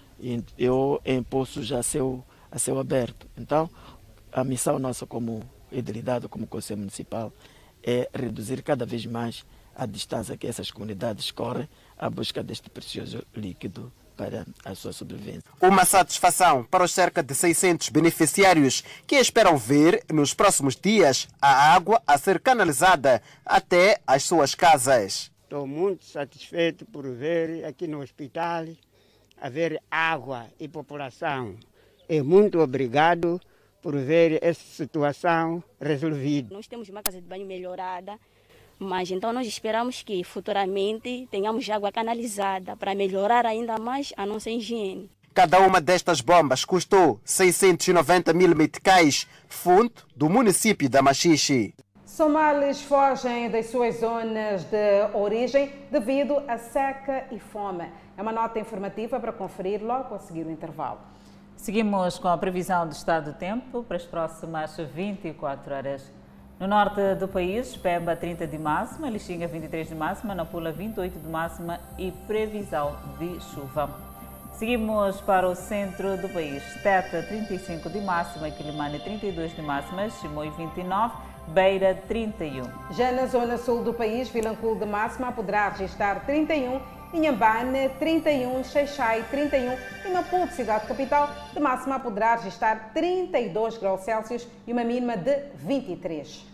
E eu em poços a céu, a céu aberto. Então, a missão nossa como idilidade, como Conselho Municipal, é reduzir cada vez mais a distância que essas comunidades correm à busca deste precioso líquido para a sua sobrevivência. Uma satisfação para os cerca de seiscentos beneficiários que esperam ver nos próximos dias a água a ser canalizada até as suas casas. Estou muito satisfeito por ver aqui no hospital haver água e população. E muito obrigado por ver essa situação resolvida. Nós temos uma casa de banho melhorada, mas então nós esperamos que futuramente tenhamos água canalizada para melhorar ainda mais a nossa higiene. Cada uma destas bombas custou seiscentos e noventa mil meticais, fundo do município da Machixe. Somalis fogem das suas zonas de origem devido a seca e fome. É uma nota informativa para conferir logo a seguir o intervalo. Seguimos com a previsão do estado do tempo para as próximas vinte e quatro horas. No norte do país, Pemba trinta de máxima, Lixinga vinte e três de máxima, Nampula vinte e oito de máxima e previsão de chuva. Seguimos para o centro do país, Teta trinta e cinco de máxima, Quilimane trinta e dois de máxima, Chimoio vinte e nove, Beira trinta e um. Já na zona sul do país, Vilanculo de máxima poderá registrar trinta e um, Inhambane trinta e um, Xaixai trinta e um e Maputo, cidade capital, de máxima poderá registrar trinta e dois graus Celsius e uma mínima de vinte e três.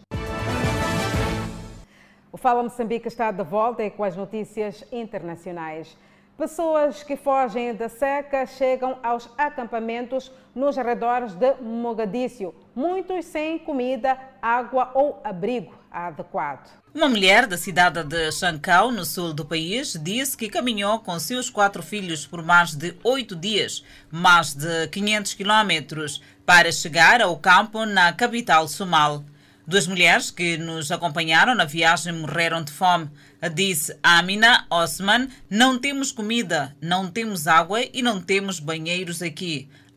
O Fala Moçambique está de volta e com as notícias internacionais. Pessoas que fogem da seca chegam aos acampamentos nos arredores de Mogadíscio, muitos sem comida, água ou abrigo adequado. Uma mulher da cidade de Chancau, no sul do país, disse que caminhou com seus quatro filhos por mais de oito dias, mais de quinhentos quilômetros, para chegar ao campo na capital somal. Duas mulheres que nos acompanharam na viagem morreram de fome. Disse Amina Osman: não temos comida, não temos água e não temos banheiros aqui.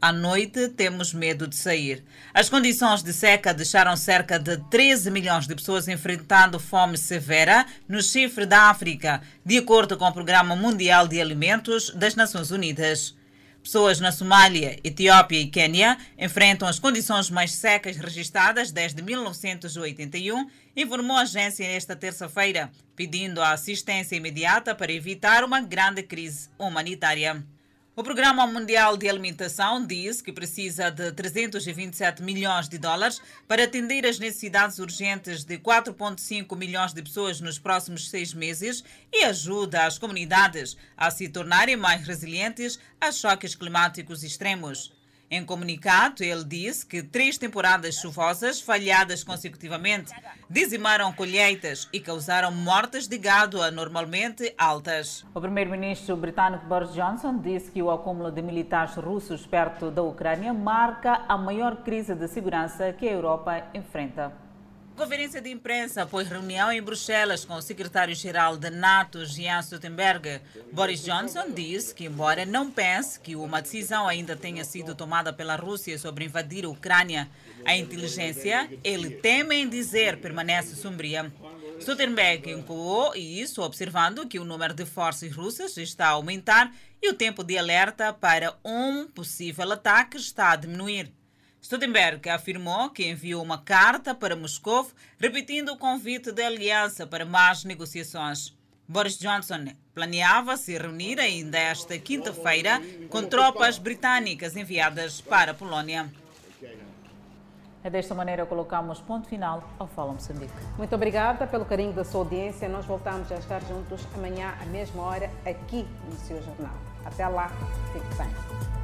À noite, temos medo de sair. As condições de seca deixaram cerca de treze milhões de pessoas enfrentando fome severa no chifre da África, de acordo com o Programa Mundial de Alimentos das Nações Unidas. Pessoas na Somália, Etiópia e Quênia enfrentam as condições mais secas registradas desde mil novecentos e oitenta e um, informou a agência nesta terça-feira, pedindo a assistência imediata para evitar uma grande crise humanitária. O Programa Mundial de Alimentação diz que precisa de trezentos e vinte e sete milhões de dólares para atender as necessidades urgentes de quatro vírgula cinco milhões de pessoas nos próximos seis meses e ajuda as comunidades a se tornarem mais resilientes a choques climáticos extremos. Em comunicado, ele disse que três temporadas chuvosas falhadas consecutivamente dizimaram colheitas e causaram mortes de gado anormalmente altas. O primeiro-ministro britânico Boris Johnson disse que o acúmulo de militares russos perto da Ucrânia marca a maior crise de segurança que a Europa enfrenta. Conferência de imprensa após reunião em Bruxelas com o secretário-geral da NATO, Jens Stoltenberg. Boris Johnson disse que, embora não pense que uma decisão ainda tenha sido tomada pela Rússia sobre invadir a Ucrânia, a inteligência, ele teme em dizer, permanece sombria. Stoltenberg incluiu isso observando que o número de forças russas está a aumentar e o tempo de alerta para um possível ataque está a diminuir. Stoltenberg afirmou que enviou uma carta para Moscou repetindo o convite da aliança para mais negociações. Boris Johnson planeava se reunir ainda esta quinta-feira com tropas britânicas enviadas para a Polónia. É desta maneira que colocamos ponto final ao Fala Moçambique. Muito obrigada pelo carinho da sua audiência. Nós voltamos a estar juntos amanhã à mesma hora aqui no seu jornal. Até lá, fique bem.